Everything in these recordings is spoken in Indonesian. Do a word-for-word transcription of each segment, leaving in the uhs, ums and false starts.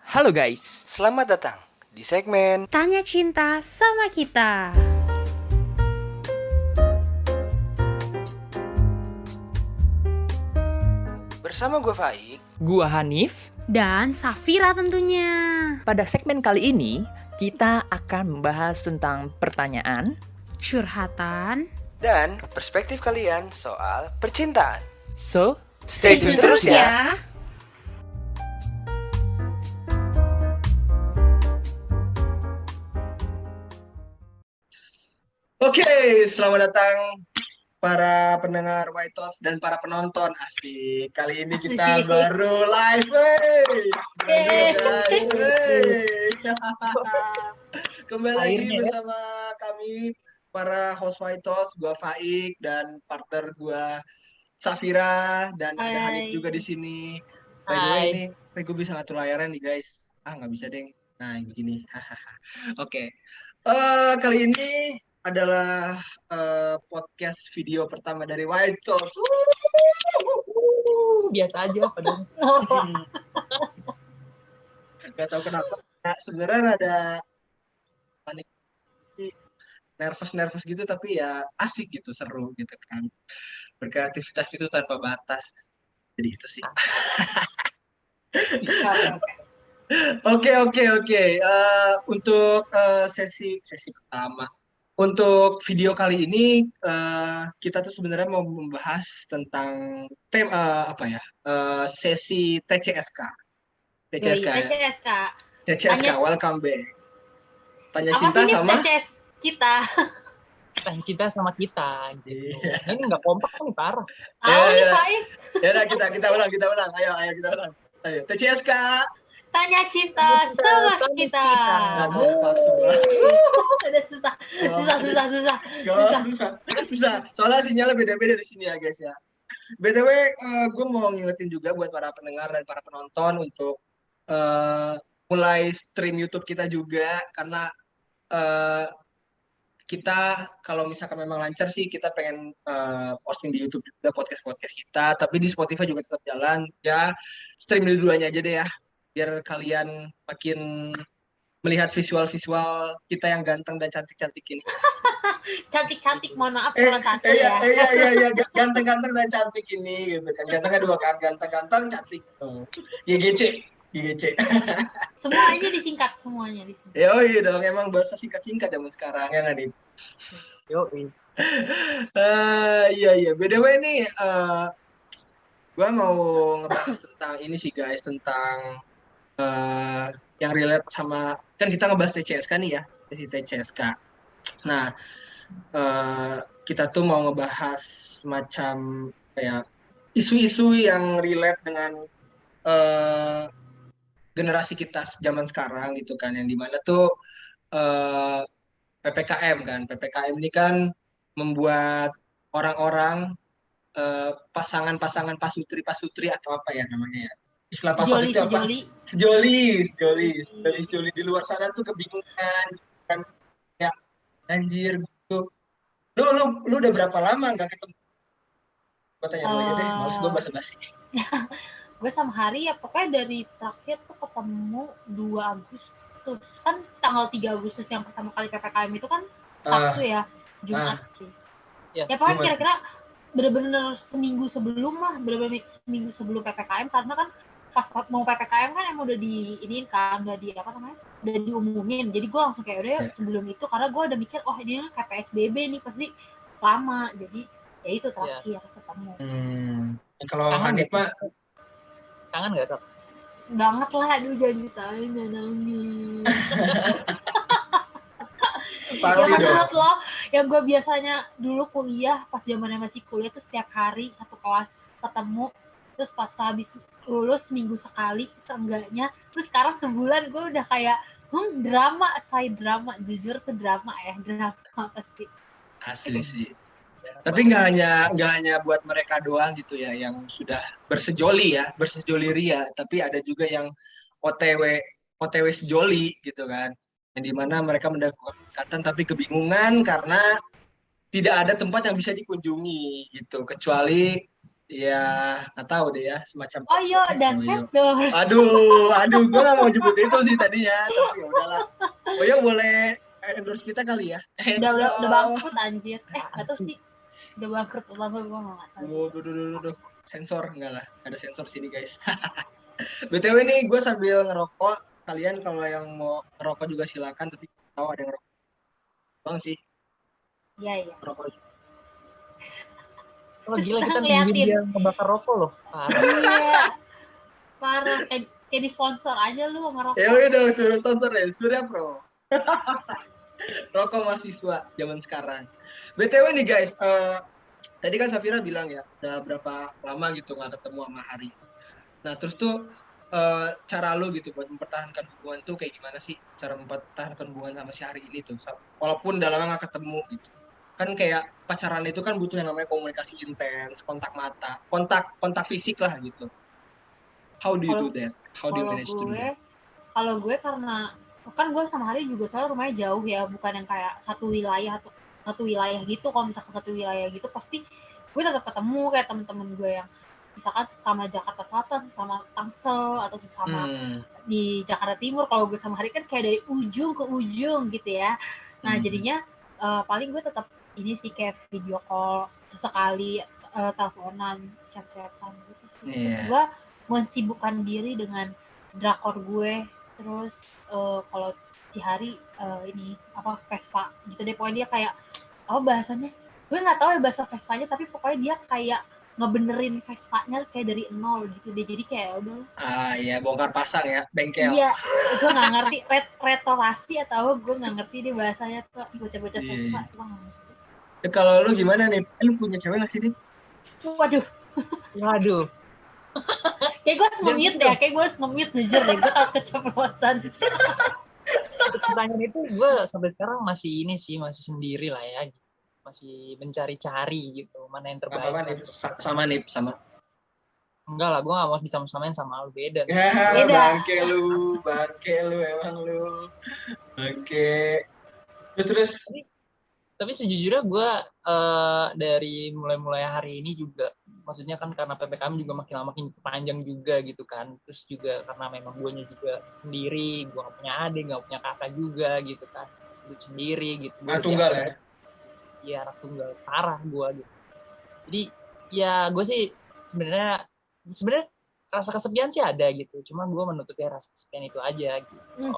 Halo guys, Selamat datang di segmen Tanya Cinta sama kita. bersama gue Faik. gua Hanif. Dan Safira tentunya. Pada segmen kali ini, kita akan membahas tentang pertanyaan. Curhatan. Dan perspektif kalian soal percintaan. So, Stay tune terus ya. Oke, selamat datang para pendengar White Talks dan para penonton. Asik, kali ini kita Asik. baru live, wey. Baru Yeay. live, wey. Kembali lagi Akhirnya ya. bersama kami para host White Talks, gua Faik dan partner gua Safira dan ada Hai. Hanif juga di sini. By the way, Hai. ini eh, gue bisa ngatur layarnya nih guys. Ah nggak bisa deh. Nah begini. Oke. Eh, kali ini adalah eh, podcast video pertama dari White Talks. biasa aja padahal. Hmm. Gak tahu kenapa. Nah, sebenarnya ada panik, nervous-nervous gitu, tapi ya asik gitu, seru gitu kan. Berkreativitas itu tanpa batas. Jadi itu sih. Oke oke oke. Eh, Untuk eh, sesi sesi pertama, untuk video kali ini eh, kita tuh sebenarnya mau membahas tentang tema apa ya? Eh, sesi T C S K. T C S K. Yoi, ya? T C S K. T C S K. Tanya- Welcome back. Tanya Apa cinta sih ini sama. T C S kita? Tanya cinta sama kita. Gitu. Iya. Ini nggak kompak nih, parah. Tahu Ya, nih ya. Faik. Ya udah kita kita ulang kita ulang. Ayo ayo kita ulang. Ayo T C S K. Tanya Cinta sama sama kita. Nggak kompak semua. Udah susah, susah, susah, susah. Gak susah, susah. Soalnya sinyalnya beda-beda di sini ya guys ya. B T W, eh, gue mau ngingetin juga buat para pendengar dan para penonton untuk eh, mulai stream YouTube kita juga karena eh, kita kalau misalkan memang lancar sih kita pengen eh, posting di YouTube juga podcast-podcast kita, tapi di Spotify juga tetap jalan. Ya stream dua-duanya aja deh ya, biar kalian makin melihat visual-visual kita yang ganteng dan cantik-cantik ini. Cantik-cantik, mohon maaf Eh, kurang satu eh, iya, ya. eh, iya, iya, iya, G- ganteng-ganteng dan cantik ini, gitu kan. Gantengnya dua kan, ganteng-ganteng, cantik. Oh. G G C, G G C. Semuanya disingkat, semuanya disingkat. Ya, oh iya dong, emang bahasa singkat-singkat zaman sekarang, ya nggak nih? Yo, Eh, iya, iya. B T W nih, eh gue mau ngebahas tentang ini sih guys, tentang eh yang relate sama, kan kita ngebahas T C S K nih ya, sesi T C S K. Nah, eh, kita tuh mau ngebahas macam kayak isu-isu yang relate dengan eh, generasi kita zaman sekarang gitu kan, yang dimana tuh eh, P P K M kan, P P K M ini kan membuat orang-orang eh, pasangan-pasangan pasutri pasutri atau apa ya namanya ya, istilah pasutri Sejoli, itu apa? sejoli. Sejoli, sejoli, sejoli, sejoli di luar sana tuh kebingungan kan, ya anjir gitu. Lu lu lu udah berapa lama nggak ketemu? Gue tanya dulu aja deh, males gue basa-basi. Gue sama Hari ya pokoknya dari terakhir tuh ketemu dua Agustus, kan tanggal tiga Agustus yang pertama kali P P K M itu kan Ah, Sabtu ya, Jumat sih. Ya, Ya pokoknya Jumat. kira-kira bener-bener seminggu sebelum lah, bener-bener seminggu sebelum P P K M, karena kan pas mau P P K M kan emang udah di iniin kan, udah di apa namanya, udah diumumin. Jadi gue langsung kayak udah Ya. sebelum itu, karena gue udah mikir oh ini kan kayak P S B B nih pasti lama, jadi ya itu terakhir ketemu. Hmm. Kalau Kangen Hanif nggak? mah kangen nggak, Sob? Banget lah, aduh jangan ditanya nangis. pasti Ya kan dong. menurut lo, yang gue biasanya dulu kuliah, pas zamannya masih kuliah tuh setiap hari satu kelas ketemu, terus pas habis lulus minggu sekali seenggaknya, terus sekarang sebulan gue udah kayak hmm drama, say drama, jujur tuh drama ya, drama pasti. Asli sih. Tapi nggak hanya nggak hanya buat mereka doang gitu ya yang sudah bersejoli ya, bersejoli ria, tapi ada juga yang O T W O T W sejoli gitu kan. Yang dimana mereka mendapatkan kedekatan tapi kebingungan karena tidak ada tempat yang bisa dikunjungi gitu, kecuali ya nggak tahu deh ya, semacam Oyo dan Oyo. Pepdor. Aduh, aduh, gue gak mau jemput itu sih tadinya, tapi ya udahlah. Oyo boleh endorse kita kali ya? Udah udah udah Endorse. bangkrut anjir. Eh nggak tahu sih. Udah bangkrut apa enggak gue nggak tahu. Duh, duh, duh, duh, duh. Sensor enggak lah, ada sensor sini guys. B T W nih gue sambil ngerokok, kalian kalau yang mau ngerokok juga silakan, tapi tahu ada yang ngerokok bang sih Iya iya. ngerokok. Oh gila, kita Ngeliatin. nungguin dia ngebakar rokok loh. Parah. Iya. Parah kayak, kayak di sponsor aja lu ngerokok. Ya udah suruh sponsor ya, Surya Pro. Rokok mahasiswa zaman sekarang. B T W nih guys, eh, tadi kan Safira bilang ya, udah berapa lama gitu nggak ketemu sama Hari. Nah terus tuh eh, cara lu gitu buat mempertahankan hubungan tuh kayak gimana sih? Cara mempertahankan hubungan sama si Hari ini tuh, walaupun udah lama nggak ketemu gitu. Kan kayak pacaran itu kan butuh yang namanya komunikasi intens, kontak mata, kontak kontak fisik lah gitu. How do you Kalau- do that? How do you Kalau manage to do gue, that? kalau gue karena kan gue sama Hari juga soalnya rumahnya jauh ya, bukan yang kayak satu wilayah atau satu wilayah gitu. Kalau misalkan satu wilayah gitu pasti gue tetap ketemu kayak temen-temen gue yang misalkan sesama Jakarta Selatan, sesama Tangsel atau sesama Hmm. di Jakarta Timur. Kalau gue sama Hari kan kayak dari ujung ke ujung gitu ya. Nah Hmm. jadinya uh, paling gue tetap ini sih kayak video call sesekali, uh, teleponan, chat-chatan gitu. Terus Iya. gue mensibukkan diri dengan drakor gue. Terus uh, kalau si Hari uh, ini apa Vespa gitu deh, pokoknya dia kayak apa bahasanya? Gue nggak tahu ya bahasa Vespanya, tapi pokoknya dia kayak ngebenerin Vespanya kayak dari nol gitu deh. Jadi kayak udah Ah iya, bongkar pasang ya, bengkel. iya, gue nggak ngerti ret retorasi atau gue nggak ngerti deh bahasanya tuh bocah-bocah Iya, Vespa. iya. Gue nggak ngerti. Ya, kalau lu gimana nih? Eh, lu punya cewek nggak sih nih? Waduh, Waduh. kayak gue harus Jangan nge-mute gitu. ya, kayak gue harus nge-mute jujur deh, gue takut keceplosan. Untuk pertanyaan itu gue sampai sekarang masih ini sih, masih sendiri lah ya. Masih mencari-cari gitu, mana yang terbaik. Apa-apa nih? Sa- sama nih, sama. Enggak lah, gue gak mau disama-samain sama lu, beda. Ya, Beda. bangke lu, bangke lu emang lu. Bangke. Terus terus. Tapi sejujurnya gue eh, dari mulai-mulai hari ini juga, maksudnya kan karena P P K M juga makin lama makin panjang juga gitu kan. Terus juga karena memang gue juga sendiri, gue gak punya adik, gak punya kakak juga gitu kan. Hidup sendiri gitu. Gua Ah, tunggal biasa ya? Iya, anak tunggal parah gue gitu. Jadi ya gue sih sebenarnya sebenarnya rasa kesepian sih ada gitu. Cuma gue menutupi rasa kesepian itu aja gitu. Hmm.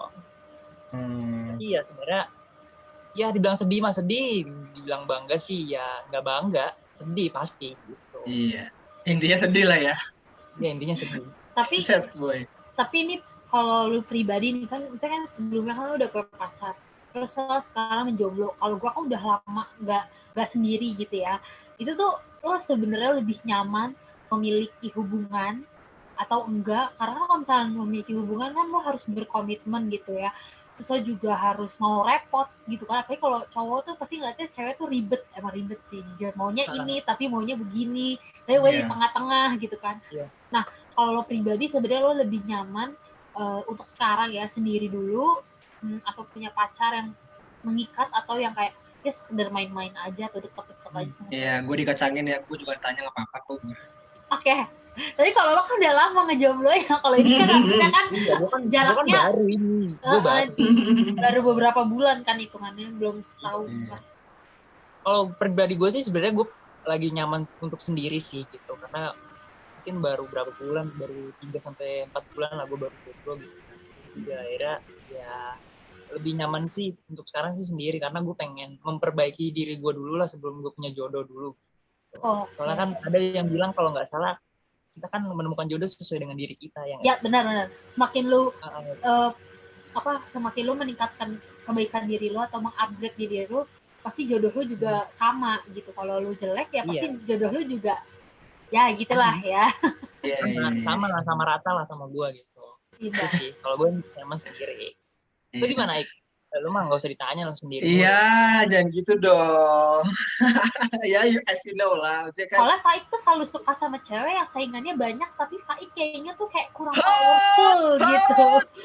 Hmm. Iya sebenarnya ya dibilang sedih mah sedih, dibilang bangga sih ya nggak bangga, sedih pasti gitu. Iya. Intinya sedih lah ya. Ya intinya sedih. Tapi Sad boy. tapi ini kalau lu pribadi nih kan, misalnya kan sebelumnya kan lu udah punya pacar, terus lo sekarang menjomblo. Kalau gua kan udah lama nggak nggak sendiri gitu ya. Itu tuh lo sebenarnya lebih nyaman memiliki hubungan atau enggak? Karena kalau misalnya memiliki hubungan kan lo harus berkomitmen gitu ya. Terus lo juga harus mau repot gitu kan. Apalagi kalau cowok tuh pasti ngeliatnya cewek tuh ribet, emang ribet sih. Jujur maunya ini tapi maunya begini, tapi mau di Iya. tengah-tengah gitu kan. Iya. Nah kalau lo pribadi sebenarnya lo lebih nyaman uh, untuk sekarang ya sendiri dulu, hmm, atau punya pacar yang mengikat atau yang kayak ya sekedar main-main aja atau deket-deket aja sama Iya, gue dikacangin ya. Gue juga ditanya nggak apa-apa kok. Gue. Oke. Tapi kalau lo kan udah lama ngejomblo ya, kalau ini kan artinya kan Iya, gue kan, gua kan Jaraknya, baru ini, gue uh, baru. baru beberapa bulan kan hitungannya, belum setahun. Iya. kan. Kalau pribadi gue sih sebenarnya gue lagi nyaman untuk sendiri sih gitu, karena mungkin baru berapa bulan, baru tiga sampai empat bulan lah gue baru jomblo gitu. Jadi akhirnya ya lebih nyaman sih untuk sekarang sih sendiri, karena gue pengen memperbaiki diri gue dulu lah sebelum gue punya jodoh dulu. Oh, Soalnya kan ada yang bilang kalau nggak salah kita kan menemukan jodoh sesuai dengan diri kita yang ya benar-benar. Semakin lu uh, uh, apa semakin lu meningkatkan kebaikan diri lu atau mengupgrade diri lu, pasti jodoh lu juga sama gitu. Kalau lu jelek ya pasti jodoh lu juga ya gitulah ya. Iya, sama, iya, iya. sama lah, sama rata lah sama gue gitu. Itu Iya. sih kalau gue nyaman sendiri. Lu Iya. gimana, Ik? Lu mah nggak usah ditanya lo sendiri. Iya, jangan gitu dong. Ya, you, as you know lah. Maksudnya kan, Soalnya Faik tuh selalu suka sama cewek yang saingannya banyak, tapi Faik kayaknya tuh kayak kurang powerful gitu.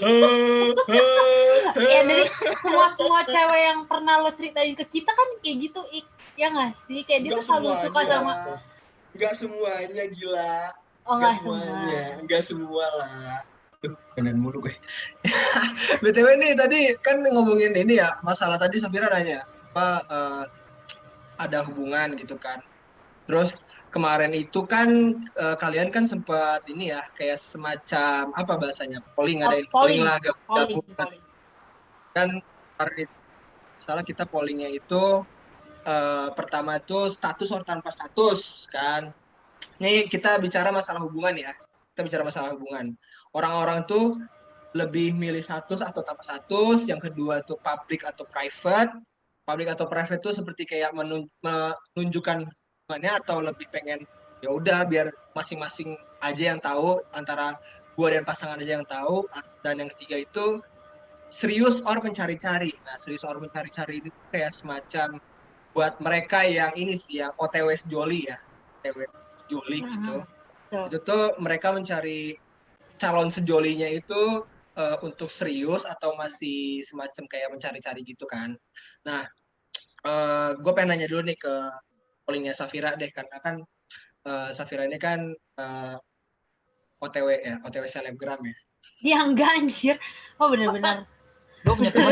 Ya dari semua semua cewek yang pernah lo ceritain ke kita kan kayak gitu, Ik. Ya nggak sih? Kayak dia Nggak tuh selalu suka semuanya. sama Nggak semuanya gila. Oh Nggak nggak semua. semuanya, nggak semua lah. Duh, pengen mulu gue. B T W nih tadi kan ngomongin ini ya, masalah tadi Safira nanya apa eh, ada hubungan gitu kan. Terus kemarin itu kan eh, kalian kan sempat ini ya kayak semacam apa bahasanya polling, Oh, ada yang polling polling, lah polling, gabung polling. kan kemarin itu, salah kita pollingnya itu eh, pertama itu status or tanpa status kan. Ini kita bicara masalah hubungan ya. Kita bicara masalah hubungan. Orang-orang tuh lebih milih status atau tanpa status. Yang kedua tuh public atau private. Public atau private tuh seperti kayak menun- menunjukkan hubungannya atau lebih pengen ya udah biar masing-masing aja yang tahu, antara gua dan pasangan aja yang tahu. Dan yang ketiga itu serius or mencari-cari. Nah, serius or mencari-cari itu kayak semacam buat mereka yang ini sih yang O T W sejoli ya. O T W sejoli gitu. Mhm. Tuh. Itu tuh mereka mencari calon sejolinya itu eh, untuk serius atau masih semacam kayak mencari-cari gitu kan. Nah, eh gue pengen nanya dulu nih ke pollingnya Safira deh, karena kan eh, Safira ini kan eh, O T W ya, O T W selebgram ya. Dia enggak anjir. Oh benar-benar. Gue punya teman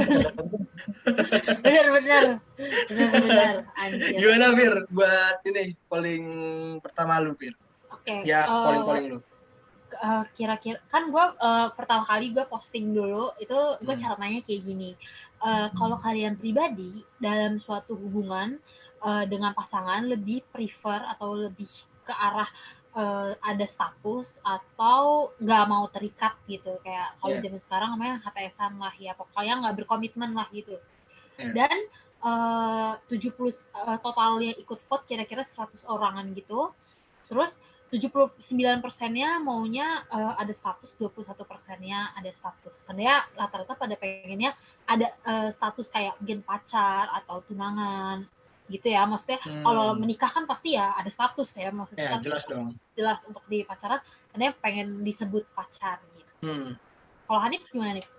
Benar-benar. Benar-benar anjir. Gimana Fir buat ini polling pertama lu Fir? Oke. Ya, eh, polling-polling lu. eh, kira-kira kan gue eh, pertama kali gue posting dulu itu gue Hmm. cara nanya kayak gini. Eh, kalau kalian pribadi dalam suatu hubungan eh, dengan pasangan lebih prefer atau lebih ke arah eh, ada status atau nggak mau terikat gitu, kayak kalau Yeah. zaman sekarang namanya H T S-an lah ya, pokoknya nggak berkomitmen lah gitu. Yeah. Dan eh, tujuh puluh eh, total yang ikut vote kira-kira seratus orangan gitu. Terus tujuh puluh sembilan persennya maunya eh, ada status, dua puluh satu persennya ada status. Karena ya rata-rata pada pengennya ada eh, status kayak mungkin pacar atau tunangan gitu ya. Maksudnya Hmm. kalau menikah kan pasti ya ada status ya. Maksudnya Ya, kan jelas dong. jelas untuk di pacaran, karena pengen disebut pacar gitu. Hmm. Kalau Hanif gimana nih?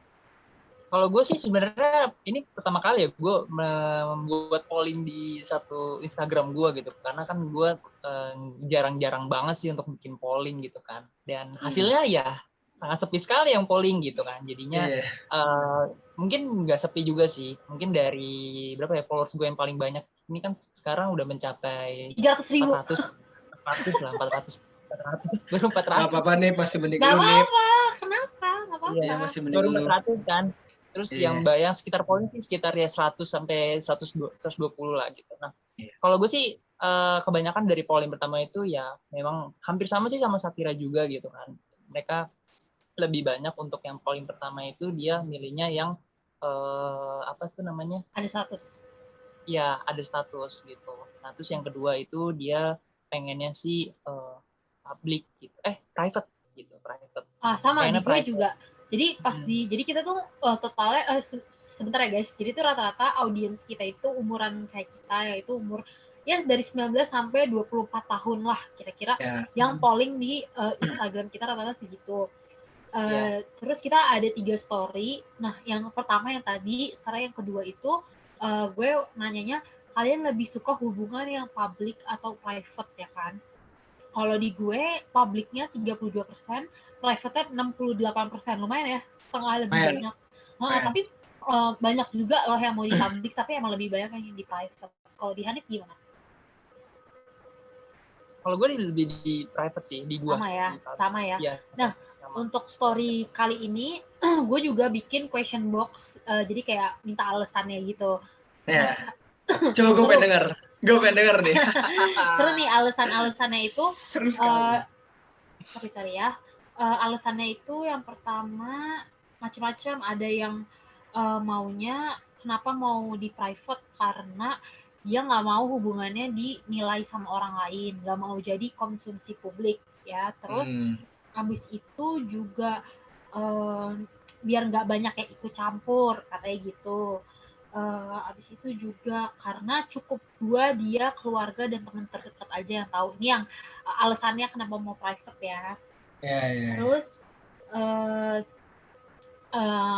Kalau gue sih sebenarnya ini pertama kali ya gue membuat polling di satu Instagram gue gitu, karena kan gue eh, jarang-jarang banget sih untuk bikin polling gitu kan, dan hasilnya ya sangat sepi sekali yang polling gitu kan, jadinya Iya. eh, mungkin nggak sepi juga sih, mungkin dari berapa ya followers gue yang paling banyak ini kan sekarang udah mencapai tiga ratus ribu. empat ratus empat ratus lah empat ratus empat ratus baru empat Gak ratus apa-apa nih, masih mending Gak lu nih. apa-apa, kenapa? Gak apa-apa. Iya, masih mending baru lu. empat ratus kan. Terus Iya. yang bayang sekitar poin sih sekitar ya seratus sampai seratus dua puluh lah gitu. Nah, Iya. kalau gue sih eh, kebanyakan dari polling pertama itu ya memang hampir sama sih sama Safira juga gitu kan. Mereka lebih banyak untuk yang polling pertama itu dia milihnya yang eh, apa tuh namanya? Ada status. Ya, ada status gitu. Nah, terus yang kedua itu dia pengennya sih eh, public gitu. Eh, private gitu, private. Ah, sama Kayaknya di gue private. juga. Jadi pas Hmm. di jadi kita tuh uh, totalnya uh, se- sebentar ya guys. Jadi tuh rata-rata audiens kita itu umuran kayak kita, yaitu umur ya dari sembilan belas sampai dua puluh empat tahun lah kira-kira. Ya. Yang polling di uh, Instagram kita rata-rata segitu. Uh, Ya. Terus kita ada tiga story. Nah, yang pertama yang tadi, sekarang yang kedua itu uh, gue nanyanya kalian lebih suka hubungan yang public atau private ya kan? Kalau di gue publiknya tiga puluh dua persen, private-nya enam puluh delapan persen, lumayan ya, setengah lebih Lumayan. banyak. Nah, Lumayan. tapi uh, banyak juga loh yang mau di public, tapi emang lebih banyak yang di private. Kalau di Hanif gimana? Kalau gue lebih di private sih, di gua. Sama ya, Di private. sama ya. Iya. Nah, sama. Untuk story kali ini, gue juga bikin question box, uh, jadi kayak minta alasannya gitu. Ya. Coba gue pengen denger. Gue pengen denger nih. Seru nih alasan-alasannya itu. Seru Uh, sekali. sorry sorry ya. Uh, alasannya itu yang pertama macam-macam, ada yang uh, maunya kenapa mau di private karena dia nggak mau hubungannya dinilai sama orang lain, nggak mau jadi konsumsi publik ya. Terus Hmm. habis itu juga uh, biar nggak banyak yang ikut campur katanya gitu. Uh, habis itu juga karena cukup dua dia keluarga dan teman terdekat aja yang tahu. Ini yang uh, alasannya kenapa mau private ya. Ya, ya. Terus uh, uh,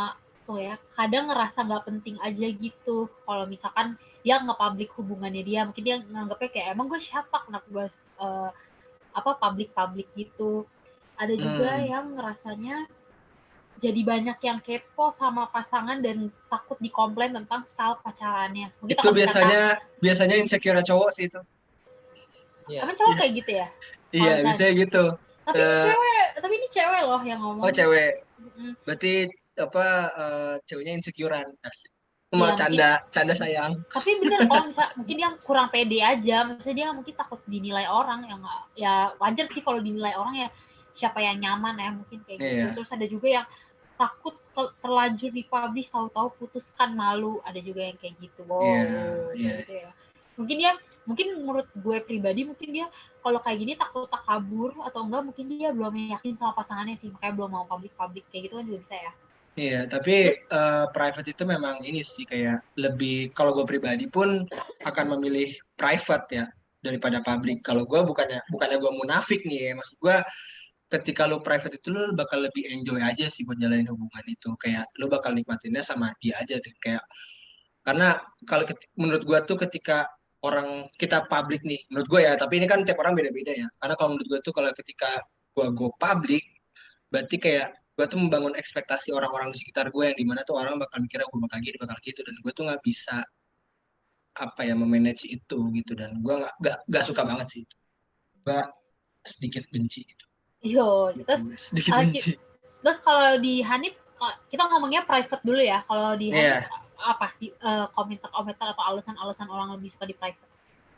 tuh ya kadang ngerasa nggak penting aja gitu kalau misalkan dia nge-public hubungannya dia, mungkin dia nganggapnya kayak emang gue siapa kenapa gue uh, apa public-public gitu. Ada juga Hmm. yang ngerasanya jadi banyak yang kepo sama pasangan dan takut dikomplain tentang style pacarannya. Mungkin Itu takut biasanya dikata, biasanya insecure cowok sih itu. Iya. emang cowok Iya. kayak gitu ya? Iya, Alasan. biasanya gitu. Tapi ini Eh, cewek, tapi ini cewek loh yang ngomong. Oh, cewek. Mm. Berarti apa eh, ceweknya insecurean. Asik. Cuma Iya, canda, canda sayang. Tapi bener kalau misal mungkin dia kurang pede aja, maksudnya dia mungkin takut dinilai orang yang nggak- ya wajar sih kalau dinilai orang ya siapa yang nyaman ya mungkin kayak gitu. Iya. Terus ada juga yang takut te- terlanjur dipublish tahu-tahu putuskan malu, ada juga yang kayak gitu. Wow, Iya, kayak iya. gitu ya. Mungkin dia mungkin menurut gue pribadi mungkin dia kalau kayak gini takut tak kabur atau enggak mungkin dia belum yakin sama pasangannya sih makanya belum mau publik-publik kayak gitu kan juga bisa ya. Iya, tapi eh, private itu memang ini sih kayak lebih, kalau gue pribadi pun akan memilih private ya daripada public. Kalau gue bukannya bukannya gue munafik nih ya, maksud gue ketika lu private itu lu bakal lebih enjoy aja sih buat jalanin hubungan itu. Kayak lu bakal nikmatinnya sama dia aja deh. Kayak karena kalau keti- menurut gue tuh ketika orang kita public nih, menurut gue ya, tapi ini kan tiap orang beda-beda ya. Karena kalau menurut gue tuh kalau ketika gue go public, berarti kayak gue tuh membangun ekspektasi orang-orang di sekitar gue yang dimana tuh orang bakal mikirnya gue bakal gini bakal gitu dan gue tuh nggak bisa apa ya memanage itu gitu dan gue nggak nggak nggak suka banget sih gue sedikit benci gitu. Yo, terus Sedikit ah, benci. terus kalau di Hanif kita ngomongnya private dulu ya. Kalau di Hanif Iya. apa di eh, komentar-komentar atau alasan-alasan orang lebih suka di private?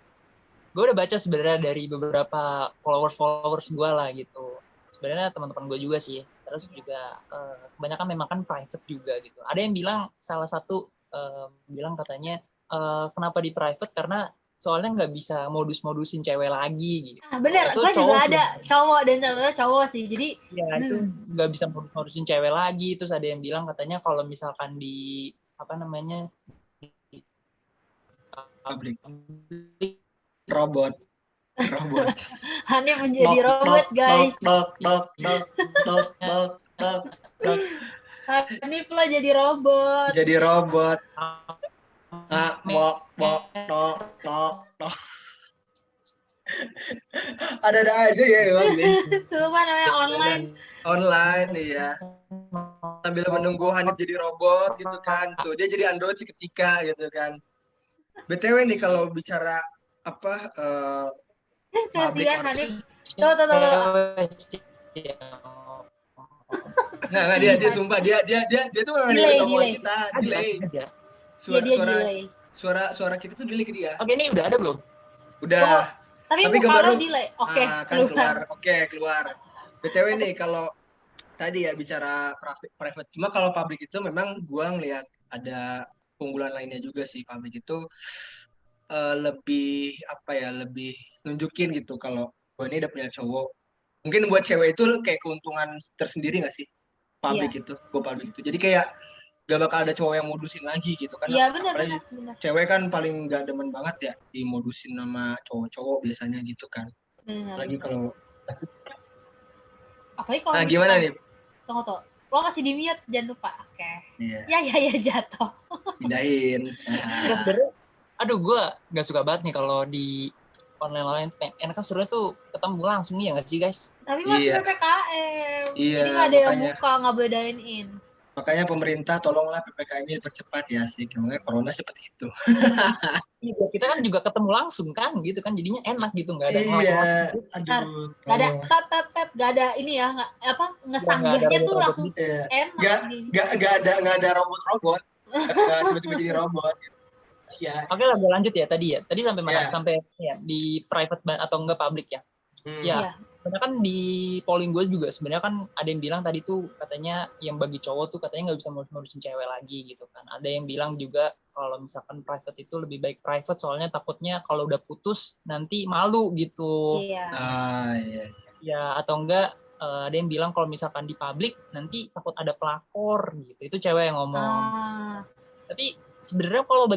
Gue udah baca sebenarnya dari beberapa followers-followers gue lah gitu. Sebenarnya teman-teman gue juga sih. Terus juga eh, kebanyakan memang kan private juga gitu. Ada yang bilang salah satu eh, bilang katanya eh, kenapa di private karena soalnya nggak bisa modus-modusin cewek lagi gitu. Ah, bener, Itu gue juga cowok ada sih. cowok dan cowok cowok sih. Jadi Ya itu hmm, nggak bisa modus-modusin cewek lagi. Terus ada yang bilang katanya kalau misalkan di apa namanya di, Public. Robot. Robot. Hanif menjadi robot guys. Dok, dok, dok, dok, dok, dok, dok. Hanif lo jadi robot. Jadi robot. Ah, mok, mok, tok, tok, tok. Ada-ada aja ya emang nih. Sumpah namanya online. Online iya. Sambil menunggu Hanif jadi robot gitu kan. Tuh dia jadi android seketika gitu kan. B T W nih kalau bicara apa eh, public Kasihan or- Hanif. Tuh, tuh, tuh, tuh. Nggak, nggak dia dia sumpah dia dia dia dia tuh memang Delay, dia omongan delay. kita delay. Ada. Suara Iya, dia suara delay. suara suara kita tuh delay ke dia. Oke, ini udah ada belum? Udah. Tapi, Tapi muka gambar lo lu- delay. Oke, Ah, kan keluar. keluar. Oke, keluar. B T W nih kalau tadi ya bicara private, private. Cuma kalau public itu memang gua ngelihat ada keunggulan lainnya juga sih. Public itu eh, lebih apa ya, lebih nunjukin gitu kalau gua ini udah punya cowok. Mungkin buat cewek itu kayak keuntungan tersendiri nggak sih? Public itu, gua public itu. Jadi kayak gak bakal ada cowok yang modusin lagi gitu kan. Iya, benar, Apalagi benar, benar. cewek kan paling gak demen banget ya dimodusin sama cowok-cowok biasanya gitu kan. Benar. Lagi kalau Apalagi kalau nah gimana misalkan- nih? Tunggu tuh. Lo masih di mute, jangan lupa. Oke. Iya, Ya, ya, ya, jatuh. pindahin. Nah, Sebenarnya, aduh gue nggak suka banget nih kalau di online-online. Enak kan serunya tuh ketemu langsung ya nggak sih guys? Tapi masih Iya. P P K M. Iya, Jadi nggak ada yang makanya. buka, nggak boleh dine in. makanya pemerintah tolonglah P P K M-nya dipercepat ya sih. Makanya corona seperti itu. Iya, kita kan juga ketemu langsung kan gitu kan jadinya enak gitu nggak ada Iya, ngelak-ngelak. aduh. Nggak ada tolong. tet tet tet, nggak ada ini ya, nggak apa ngesanggahnya nggak ada tuh robot langsung gitu. Iya. enak. Nggak, Jadi- nggak, nggak ada, nggak ada robot-robot. Nggak tiba-tiba jadi robot. Iya. Oke lah, gue lanjut ya tadi ya. Tadi sampai mana? Iya. Sampai ya di private ba- atau enggak public ya. Hmm. Ya. Iya. Karena kan di polling gue juga sebenarnya kan ada yang bilang tadi tuh katanya yang bagi cowok tuh katanya nggak bisa modus-modusin cewek lagi gitu kan. Ada yang bilang juga kalau misalkan private itu lebih baik private soalnya takutnya kalau udah putus nanti malu gitu. Iya. Ah, iya. Ya atau enggak eh, ada yang bilang kalau misalkan di publik nanti takut ada pelakor gitu. Itu cewek yang ngomong. Ah, Tapi sebenarnya kalau bagi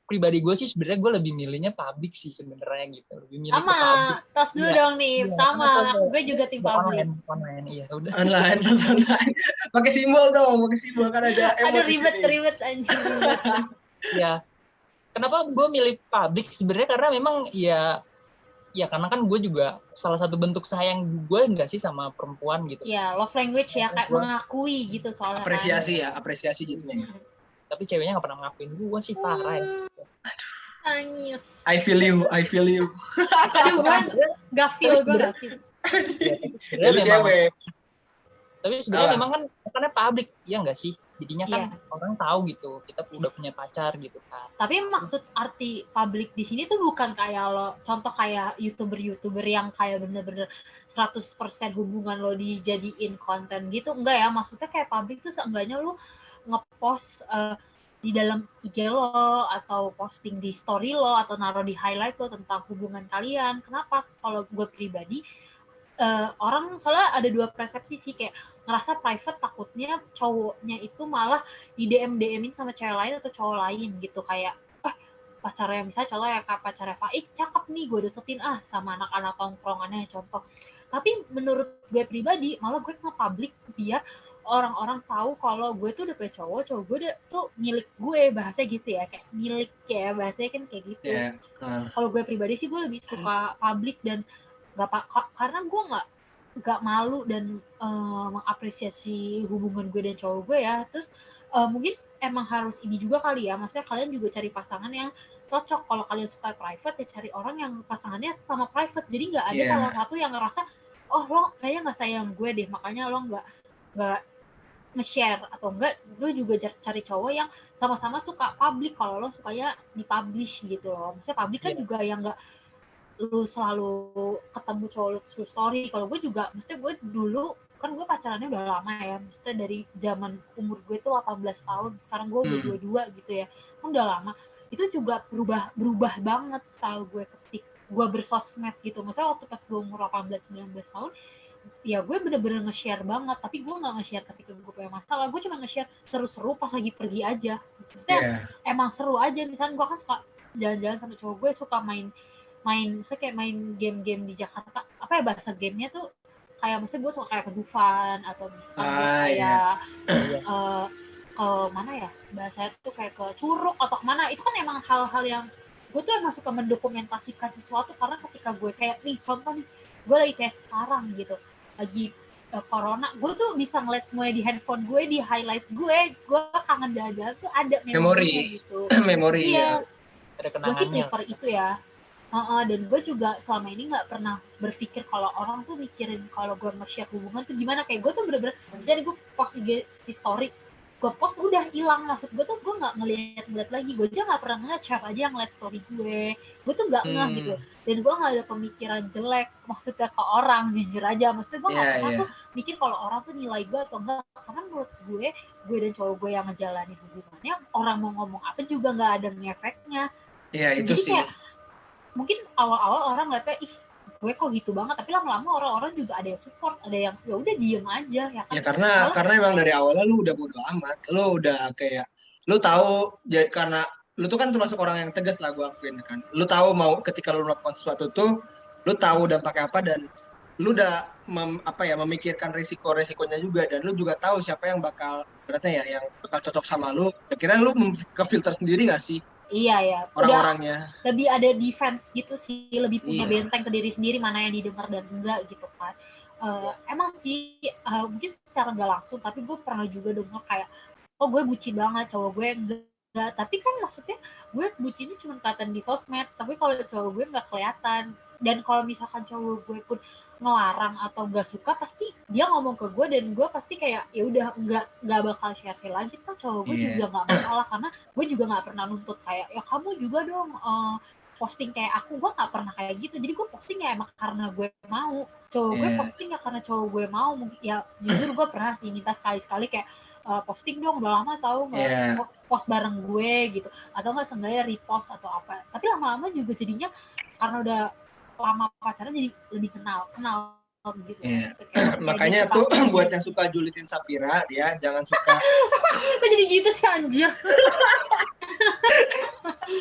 pribadi gue sih sebenarnya gue lebih milihnya public sih sebenarnya gitu, lebih milih ke public. Sama, tos dulu Iya. dong nih, Iya, sama. karena kalau- Gue juga tim Nggak public. online, online, iya udah. Online, terus online. Pakai simbol dong, pakai simbol kan ada emot Aduh di ribet sini. ribet anjing ribet. Ya, kenapa gue milih public sebenarnya karena memang ya, ya karena kan gue juga salah satu bentuk sayang gue enggak sih sama perempuan gitu. Ya love language ya kayak Gua- mengakui gitu soalnya. kan. Apresiasi ya, apresiasi jadinya. Tapi ceweknya nggak pernah ngakuin gue sih parah ya. Nangis. I feel you, I feel you. Aduh gue gak feel, Tapi gue gak feel. Ya, lu Sebenarnya memang, cewek. tapi sebenarnya Ah. memang kan karena publik ya nggak sih. Jadinya kan Iya. orang tahu gitu kita udah punya pacar gitu kan. Tapi maksud arti publik di sini tuh bukan kayak lo, contoh kayak youtuber-youtuber yang kayak bener-bener seratus persen hubungan lo dijadiin konten gitu, enggak ya, maksudnya kayak publik tuh seenggaknya lo ngepost eh, di dalam I G lo atau posting di story lo atau naruh di highlight lo tentang hubungan kalian. Kenapa? Kalau gue pribadi eh, orang soalnya ada dua persepsi sih, kayak ngerasa private takutnya cowoknya itu malah di D M D M-in sama cewek lain atau cowok lain gitu, kayak eh pacarnya misalnya cowok ya kayak pacarnya Faik cakep nih gue deketin ah sama anak-anak tongkrongannya contoh. Tapi menurut gue pribadi malah gue nge-public biar orang-orang tahu kalau gue tuh udah punya cowok, cowok gue udah tuh milik gue, bahasanya gitu ya, kayak milik ya bahasanya kan kayak gitu. Ya. Nah, Kalau gue pribadi sih gue lebih suka public dan nggak pa- ka- karena gue nggak nggak malu dan eh, mengapresiasi hubungan gue dan cowok gue ya. Terus eh, mungkin emang harus ini juga kali ya, maksudnya kalian juga cari pasangan yang cocok. Kalau kalian suka private ya cari orang yang pasangannya sama private, jadi nggak ada Yeah. salah satu yang ngerasa oh lo kayaknya nggak sayang gue deh makanya lo nggak nggak nge-share, atau enggak lo juga jar- cari cowok yang sama-sama suka public kalau lo sukanya di-publish gitu loh. Maksudnya public kan Iya. juga yang nggak lu selalu ketemu cowok lu through story. Kalau gue juga, maksudnya gue dulu kan gue pacarannya udah lama ya, maksudnya dari zaman umur gue tuh delapan belas tahun, sekarang gue udah Hmm. dua puluh dua gitu ya, kan udah lama. Itu juga berubah berubah banget style gue ketik gue bersosmed gitu. Maksudnya waktu pas gue umur delapan belas sembilan belas tahun ya gue bener-bener nge-share banget, tapi gue nggak nge-share ketika gue punya masalah, gue cuma nge-share seru-seru pas lagi pergi aja. Maksudnya ya. emang seru aja, misalnya gue kan suka jalan-jalan sama cowok gue, suka main main saya kayak main game-game di Jakarta, apa ya bahasa gamenya tuh kayak maksudnya gue suka kayak ke Dufan atau misalnya Ah, kayak Iya. eh, ke mana ya bahasanya tuh kayak ke Curug atau kemana. Itu kan emang hal-hal yang gue tuh emang suka mendokumentasikan sesuatu, karena ketika gue kayak nih contoh nih gue lagi kayak sekarang gitu lagi uh, corona, gue tuh bisa ngeliat semuanya di handphone gue, di highlight gue, gue kangen dada tuh ada Memori. memorinya gitu. Memori Iya, ya. Ada gue sih kenangannya. prefer itu ya. Heeh, dan gue juga selama ini nggak pernah berpikir kalau orang tuh mikirin kalau gue nge-share hubungan tuh gimana. Kayak gue tuh bener-bener, jadi gue post I G di story, gue post udah hilang. Maksud gue tuh gue nggak ngeliat-ngeliat lagi, gue aja nggak pernah ngeliat siapa aja yang ngeliat story gue, gue tuh nggak ngeh Hmm. gitu. Dan gue nggak ada pemikiran jelek maksudnya ke orang, jujur aja. Maksudnya gue nggak Iya, pernah iya. tuh mikir kalau orang tuh nilai gue atau enggak, karena menurut gue gue dan cowok gue yang ngejalanin hubungannya, orang mau ngomong apa juga nggak ada ngefeknya. Iya, itu Jadi sih. kayak mungkin awal-awal orang ngeliatnya ih gue kok gitu banget, tapi lama-lama orang-orang juga ada yang support, ada yang ya udah diem aja ya kan. Ya karena Malah- karena emang dari awalnya lu udah bodo amat. Lu udah kayak lu tahu ya, karena lu tuh kan termasuk orang yang tegas lah, gue akuin kan. Lu tahu mau ketika lu melakukan sesuatu tuh lu tahu dampaknya apa, dan lu udah mem, apa ya memikirkan risiko-risikonya juga, dan lu juga tahu siapa yang bakal beratnya ya yang bakal cocok sama lu. Kira-kira lu mem- ke filter sendiri gak sih Iya ya, udah orang-orangnya? lebih ada defense gitu sih, lebih punya Iya. benteng ke diri sendiri mana yang didengar dan enggak gitu kan. Eh, emang sih eh, mungkin secara nggak langsung, tapi gue pernah juga denger kayak oh gue bucin banget, cowok gue enggak. Tapi kan maksudnya gue bucinnya cuma kelihatan di sosmed, tapi kalau cowok gue nggak kelihatan. Dan kalau misalkan cowok gue pun ngelarang atau nggak suka, pasti dia ngomong ke gue, dan gue pasti kayak ya udah nggak nggak bakal share lagi tuh. Cowok gue Iya. juga nggak masalah, karena gue juga nggak pernah nuntut kayak ya kamu juga dong eh, posting kayak aku. Gue nggak pernah kayak gitu, jadi gue posting ya emang karena gue mau. Cowok gue Iya. posting ya karena cowok gue mau. Mungkin ya jujur gue pernah sih minta sekali-sekali kayak eh, posting dong, udah lama tahu nggak Iya. po- post bareng gue gitu, atau nggak seenggaknya repost atau apa. Tapi lama-lama juga jadinya karena udah lama pacaran jadi lebih kenal kenal gitu. Iya. Kayak- kayak Makanya dia tuh suka- buat yang suka julitin Sapira, dia jangan suka kok jadi gitu sih anjir.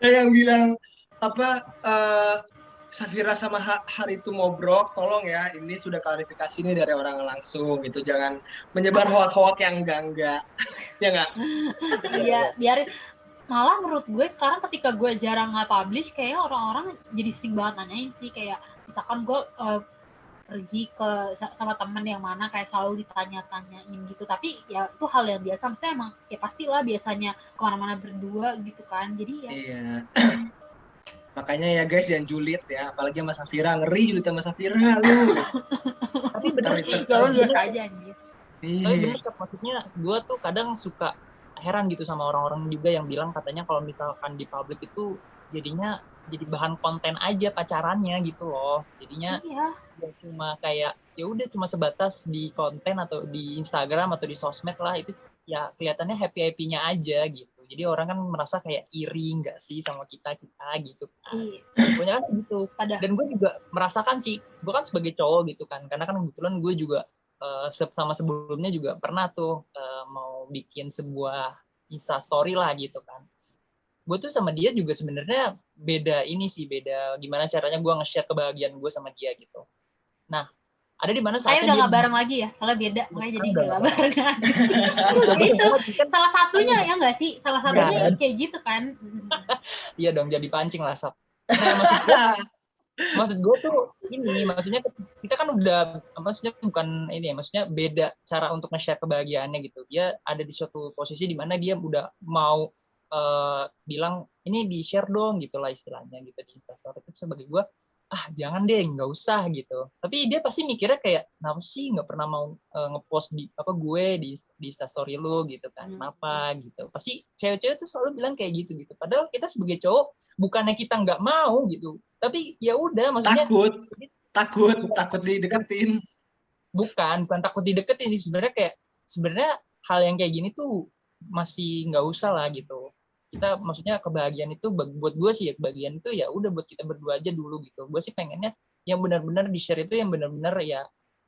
yang bilang apa eh Safira sama Ha- Hari itu Mobrok, tolong ya, ini sudah klarifikasi nih dari orang langsung gitu, jangan menyebar hoak-hoak yang enggak-enggak, ya nggak? Iya, biarin. Malah menurut gue sekarang ketika gue jarang nge-publish, kayaknya orang-orang jadi sering banget nanyain sih, kayak misalkan gue uh, pergi ke sama temen yang mana kayak selalu ditanya-tanyain gitu, tapi ya itu hal yang biasa, maksudnya emang ya pastilah biasanya kemana-mana berdua gitu kan, jadi ya Iya. Makanya ya guys, jangan julid ya, apalagi sama Safira, ngeri julid sama Safira lu. Tapi bener Tapi sih, ya lo bener, biasa aja anjir. tapi bener Iya. maksudnya gue tuh kadang suka heran gitu sama orang-orang juga yang bilang katanya kalau misalkan di publik itu jadinya jadi bahan konten aja pacarannya gitu loh, jadinya Iya, ya cuma kayak ya udah cuma sebatas di konten atau di Instagram atau di sosmed lah, itu ya kelihatannya happy happynya aja gitu, jadi orang kan merasa kayak iri nggak sih sama kita kita gitu kan, iya. pokoknya kan gitu. Pada Dan gue juga merasakan sih, gue kan sebagai cowok gitu kan, karena kan kebetulan gue juga uh, sama sebelumnya juga pernah tuh uh, mau bikin sebuah Insta story lah gitu kan, gue tuh sama dia juga sebenarnya beda ini sih, beda gimana caranya gue nge-share kebahagiaan gue sama dia gitu. Nah, ada di mana kayak saatnya udah dia nggak bareng lagi ya, soalnya beda, makanya jadi udah nggak nggak bareng lagi. Itu salah satunya ya nggak sih, salah satunya Iya. kayak gitu kan. Iya dong, jadi pancing lah Sap. Nah, maksud gue, maksud gue tuh ini, maksudnya kita kan udah, maksudnya bukan ini ya, maksudnya beda cara untuk nge-share kebahagiaannya gitu. Dia ada di suatu posisi di mana dia udah mau uh, bilang ini di-share dong gitu lah istilahnya gitu di Instastory. Itu sebagai gue, ah jangan deh, nggak usah gitu. Tapi dia pasti mikirnya kayak, kenapa sih nggak pernah mau uh, ngepost di apa gue di di Instastory lu gitu kan, kenapa gitu. Pasti cewek-cewek tuh selalu bilang kayak gitu gitu. Padahal kita sebagai cowok bukannya kita nggak mau gitu, tapi ya udah maksudnya Takut, takut, takut dideketin. bukan bukan takut dideketin sih, sebenarnya kayak sebenarnya hal yang kayak gini tuh masih nggak usah lah gitu. Kita maksudnya kebahagiaan itu buat gue sih ya, kebahagiaan itu ya udah buat kita berdua aja dulu gitu. Gue sih pengennya yang benar-benar di share itu yang benar-benar ya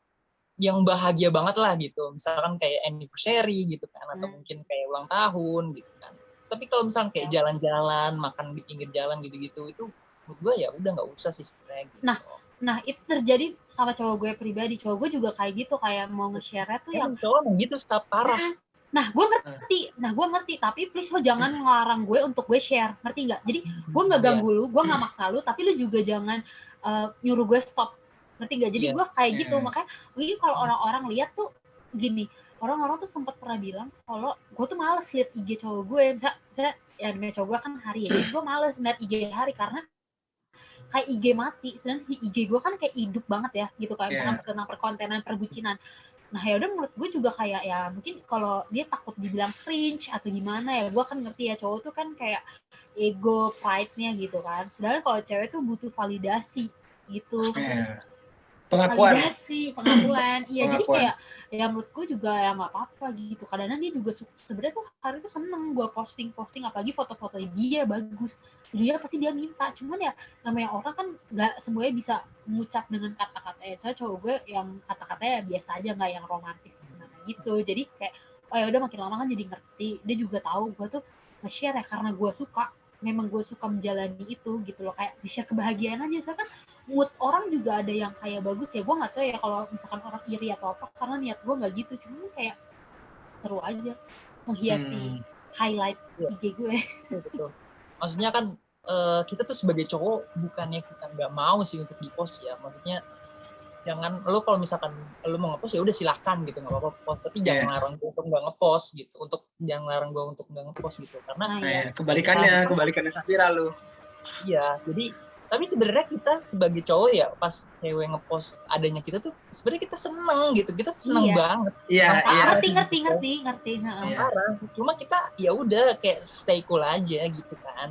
yang bahagia banget lah gitu, misalkan kayak anniversary gitu kan, atau Hmm. mungkin kayak ulang tahun gitu kan. Tapi kalau misalkan kayak jalan-jalan, makan di pinggir jalan gitu-gitu, itu menurut gue ya udah nggak usah sih sebenarnya gitu. Nah, nah itu terjadi sama cowok gue pribadi, cowok gue juga kayak gitu, kayak mau nge-share tuh yang Emang cowok emang gitu, stop parah. nah gue ngerti, nah gue ngerti, tapi please lo jangan ngelarang gue untuk gue share, ngerti nggak? Jadi gue nggak ganggu lu, gue nggak maksa lu, tapi lu juga jangan uh, nyuruh gue stop, ngerti nggak? Jadi Iya. gue kayak gitu, Iya. makanya mungkin kalau orang-orang lihat tuh gini, orang-orang tuh sempat pernah bilang kalau gue tuh males liat I G cowok gue, misalnya, misalnya ya namanya cowok gue kan Hari ya, jadi gue males liat I G Hari karena kayak I G mati, sedangkan I G gue kan kayak hidup banget ya gitu, kayak misalkan Yeah. tentang perkontenan, perbucinan. Nah ya udah, menurut gue juga kayak ya mungkin kalau dia takut dibilang cringe atau gimana ya, gue kan ngerti ya, cowok tuh kan kayak ego, pride-nya gitu kan. Sedangkan kalau cewek tuh butuh validasi gitu. Yeah. Pengakuan. Validasi, pengakuan. Iya, jadi Pengakuan. kayak ya menurut gue juga ya nggak apa-apa gitu. Kadang-kadang dia juga su- sebenarnya tuh Hari tuh seneng gue posting-posting, apalagi foto-foto dia bagus. Ujungnya pasti dia minta. Cuman ya namanya orang kan nggak semuanya bisa mengucap dengan kata-kata. Ya, soalnya cowok gue yang kata-katanya biasa aja, nggak yang romantis gimana gitu. Jadi kayak oh ya udah, makin lama kan jadi ngerti. Dia juga tahu gue tuh nge-share ya karena gue suka. Memang gue suka menjalani itu gitu loh, kayak di-share kebahagiaan aja. Saya kan mood orang juga ada yang kayak bagus ya, gue nggak tahu ya kalau misalkan orang iri atau apa, karena niat gue nggak gitu, cuma kayak seru aja menghiasi Hmm. highlight Iya. I G gue. Betul. Maksudnya kan eh, kita tuh sebagai cowok bukannya kita nggak mau sih untuk di-post ya, maksudnya jangan lo kalau misalkan lo mau nge-post ya udah silakan gitu, nggak apa-apa post, tapi jangan Yeah. larang gue untuk nggak nge-post gitu, untuk jangan larang gue untuk nggak nge-post gitu, karena Nah Nah, ya, ya, kebalikannya, kebalikannya Safira lu. iya, jadi tapi sebenarnya kita sebagai cowok ya pas cewek nge-post adanya kita tuh sebenarnya kita seneng gitu, kita seneng Iya. banget. Iya, Emang iya. parah ngerti sih ngerti gitu. ngerti ngerti. Heeh. Iya. Parah. Cuma kita ya udah kayak stay cool aja gitu kan,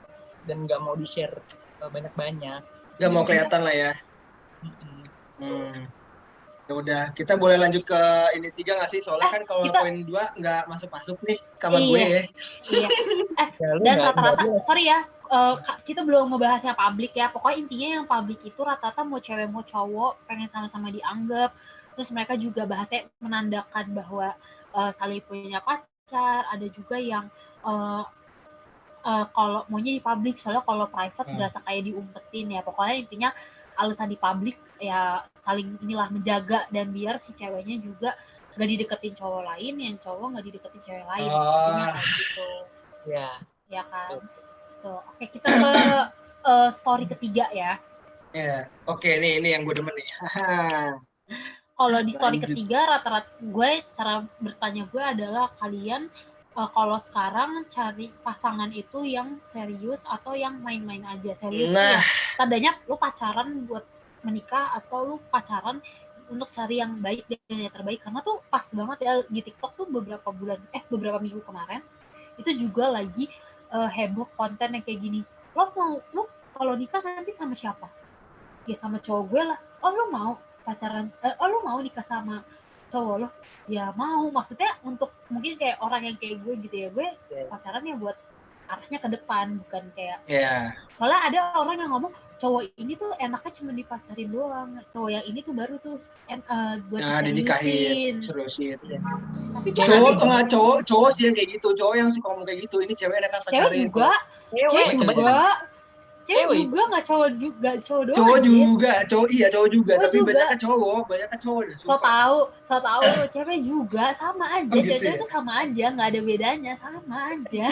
dan nggak mau di share banyak-banyak. Gak mau kelihatan lah ya. Mm-mm. Hmm. Ya udah, kita boleh lanjut ke ini tiga nggak sih? Soalnya Eh, kan kalau kita- poin dua nggak masuk-masuk nih sama Iya. gue ya. Iya. Ya, lu Dan nggak- rata-rata, nggak jelas. sorry ya, eh, ka- kita belum membahas yang publik ya. Pokoknya intinya yang publik itu rata-rata mau cewek mau cowok pengen sama-sama dianggap. Terus mereka juga bahasnya menandakan bahwa eh, saling punya pacar. Ada juga yang eh, uh, kalau maunya di publik, soalnya kalau private Hmm. berasa kayak diumpetin ya. Pokoknya intinya alasan di publik ya saling inilah menjaga, dan biar si ceweknya juga gak dideketin cowok lain, yang cowok gak dideketin cewek lain. Intinya Oh, kayak gitu, Ya, ya kan. Tuh, oke, kita ke uh, story ketiga ya. ya. Oke, nih ini yang gue demen nih. Haha. Kalau di story Lanjut. ketiga, rata-rata gue cara bertanya gue adalah kalian uh, kalau sekarang cari pasangan itu yang serius atau yang main-main aja. Serius tuh Nah, ya tandanya lu pacaran buat menikah atau lu pacaran untuk cari yang baik dan yang terbaik. Karena tuh pas banget ya di TikTok tuh beberapa bulan eh beberapa minggu kemarin itu juga lagi uh, heboh konten yang kayak gini. Lo mau lu kalau nikah nanti sama siapa? Ya sama cowok gue lah. Oh lu mau pacaran, eh, oh lu mau nikah sama cowok lo? Ya mau, maksudnya untuk mungkin kayak orang yang kayak gue gitu ya, gue ya. pacaran ya buat arahnya ke depan, bukan kayak, ya. soalnya ada orang yang ngomong cowok ini tuh enaknya cuma dipacarin doang, cowok yang ini tuh baru tuh en, uh, buat Nah, dinikahin, diseriusin. seriusin. Tapi Cewek Cowok jangan, enggak cowok, cowok sih yang kayak gitu. Cowok yang suka ngomong kayak gitu. Ini cewek enakan cewek pacarin. juga, Cewek, cewek cewek. juga, cewek Cewek. juga nggak cowok juga, cowok doang. Cowok anjir. juga, cowok iya cowok juga, Cowok tapi juga. banyak kan cowok, banyak kan cowok deh. So sumpah. tahu, so tahu cewek juga sama aja, Oh, gitu cewek ya? tuh sama aja, nggak ada bedanya, sama aja.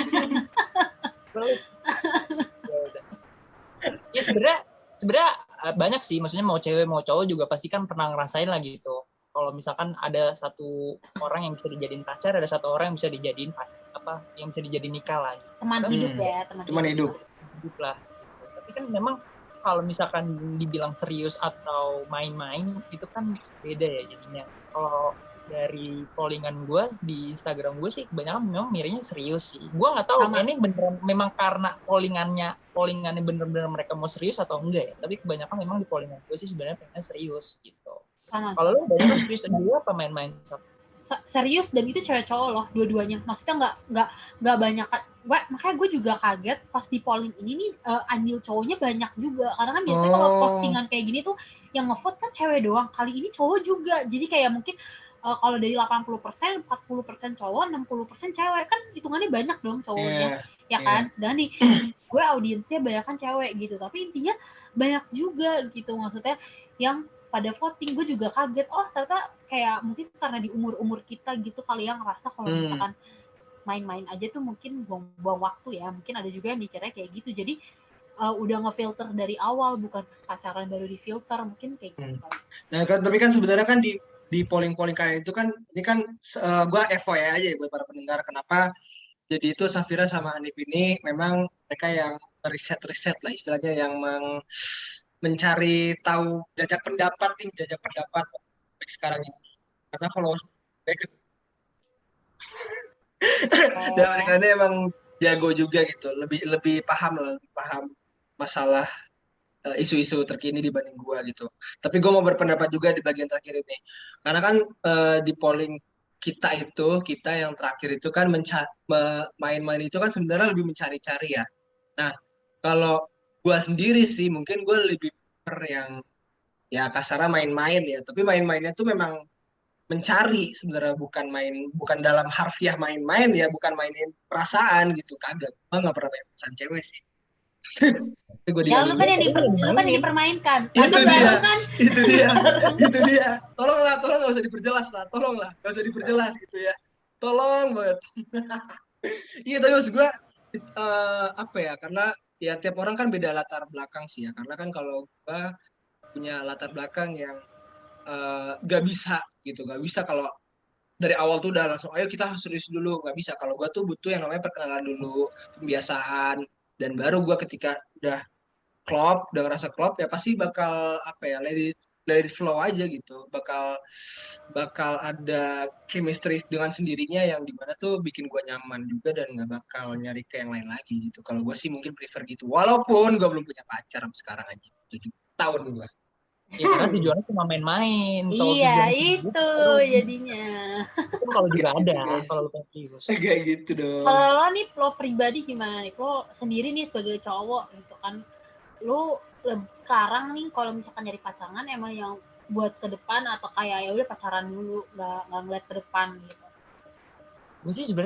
Pelit. Ya udah. Ya sebenarnya sebenarnya eh, banyak sih, maksudnya mau cewek mau cowok juga pasti kan pernah ngerasain lah gitu. Kalau misalkan ada satu orang yang bisa dijadiin pacar, ada satu orang yang bisa dijadiin pa- apa yang bisa dijadiin nikah lah. Gitu. Teman Hmm. hidup ya, teman Cuman hidup. Hidup lah. Gitu. Tapi kan memang kalau misalkan dibilang serius atau main-main itu kan beda ya jadinya. Kalau dari pollingan gue di Instagram gue sih kebanyakan memang miripnya serius sih. Gue nggak tahu Sama. ini beneran memang karena pollingannya pollingannya bener-bener mereka mau serius atau enggak ya. Tapi kebanyakan memang di pollingan gue sih sebenarnya pengen serius gitu. Sama. Kalau lu banyak serius dulu apa main-main? Se- serius, dan itu cewek cowok loh dua-duanya, maksudnya nggak nggak nggak banyak. Gue makanya gue juga kaget pas di polling ini nih, uh, andil cowoknya banyak juga, karena kan biasanya kalau Oh. postingan kayak gini tuh yang ngevote kan cewek doang, kali ini cowok juga, jadi kayak mungkin uh, kalau dari delapan puluh persen empat puluh persen cowok, enam puluh persen cewek, kan hitungannya banyak dong cowoknya. Iya. Ya kan, sedangkan di gue audiensnya banyak kan cewek gitu, tapi intinya banyak juga gitu, maksudnya yang pada voting. Gue juga kaget, oh ternyata kayak mungkin karena di umur-umur kita gitu kali yang ngerasa kalau Hmm. misalkan main-main aja tuh mungkin buang-buang waktu ya, mungkin ada juga yang mikirnya kayak gitu, jadi uh, udah ngefilter dari awal, bukan pas pacaran baru difilter, mungkin kayak gitu. Hmm. Nah, kan, tapi kan sebenarnya kan di di polling-polling kalian itu kan, ini kan uh, gue F Y I aja ya buat para pendengar, kenapa jadi itu Safira sama Hanif ini memang mereka yang riset-riset lah istilahnya, yang meng, mencari tahu jajak pendapat tim jajak pendapat sekarang ini. Karena kalau mereka dan mereka ini emang jago juga gitu, lebih lebih paham lah, lebih paham masalah uh, isu-isu terkini dibanding gua gitu. Tapi gua mau berpendapat juga di bagian terakhir ini, karena kan uh, di polling kita itu, kita yang terakhir itu kan menca- me- main-main itu kan sebenarnya lebih mencari-cari ya. Nah, kalau gua sendiri sih mungkin gua lebih per yang ya kasarnya main-main ya, tapi main-mainnya tuh memang mencari sebenarnya, bukan main, bukan dalam harfiah main-main ya, bukan mainin perasaan gitu, kagak. Gua nggak pernah main perasaan cewek sih. Tapi gua Ya lu kan yang diper, lu kan yang dipermainkan, Itu karena dia. bareng kan. itu dia itu dia tolonglah tolong nggak usah diperjelas lah tolonglah nggak usah diperjelas gitu ya, tolong banget. Iya, tapi maksud gue uh, apa ya, karena ya tiap orang kan beda latar belakang sih ya, karena kan kalau gue punya latar belakang yang uh, gak bisa gitu, gak bisa kalau dari awal tuh udah langsung ayo kita serius dulu, nggak bisa. Kalau gue tuh butuh yang namanya perkenalan dulu, pembiasaan, dan baru gue ketika udah klop, udah ngerasa klop ya pasti bakal apa ya, let it, let it flow aja gitu, bakal bakal ada chemistry dengan sendirinya yang dimana tuh bikin gue nyaman juga, dan nggak bakal nyari ke yang lain lagi gitu. Kalau gue sih mungkin prefer gitu, walaupun gue belum punya pacar sekarang aja, tujuh tahun gue. Ya karena tujuannya cuma main-main. Kalau Iya tujuannya itu baru- jadinya. itu kalau juga ada kalau lu pengen serius. Kayak gitu dong. Kalau lo nih, lo pribadi gimana nih? Lo sendiri nih sebagai cowok gitu kan, lo leb- sekarang nih kalau misalkan nyari pasangan emang yang buat ke depan atau kayak ya udah pacaran dulu, nggak nggak ngeliat ke depan gitu? Gue sih sebenarnya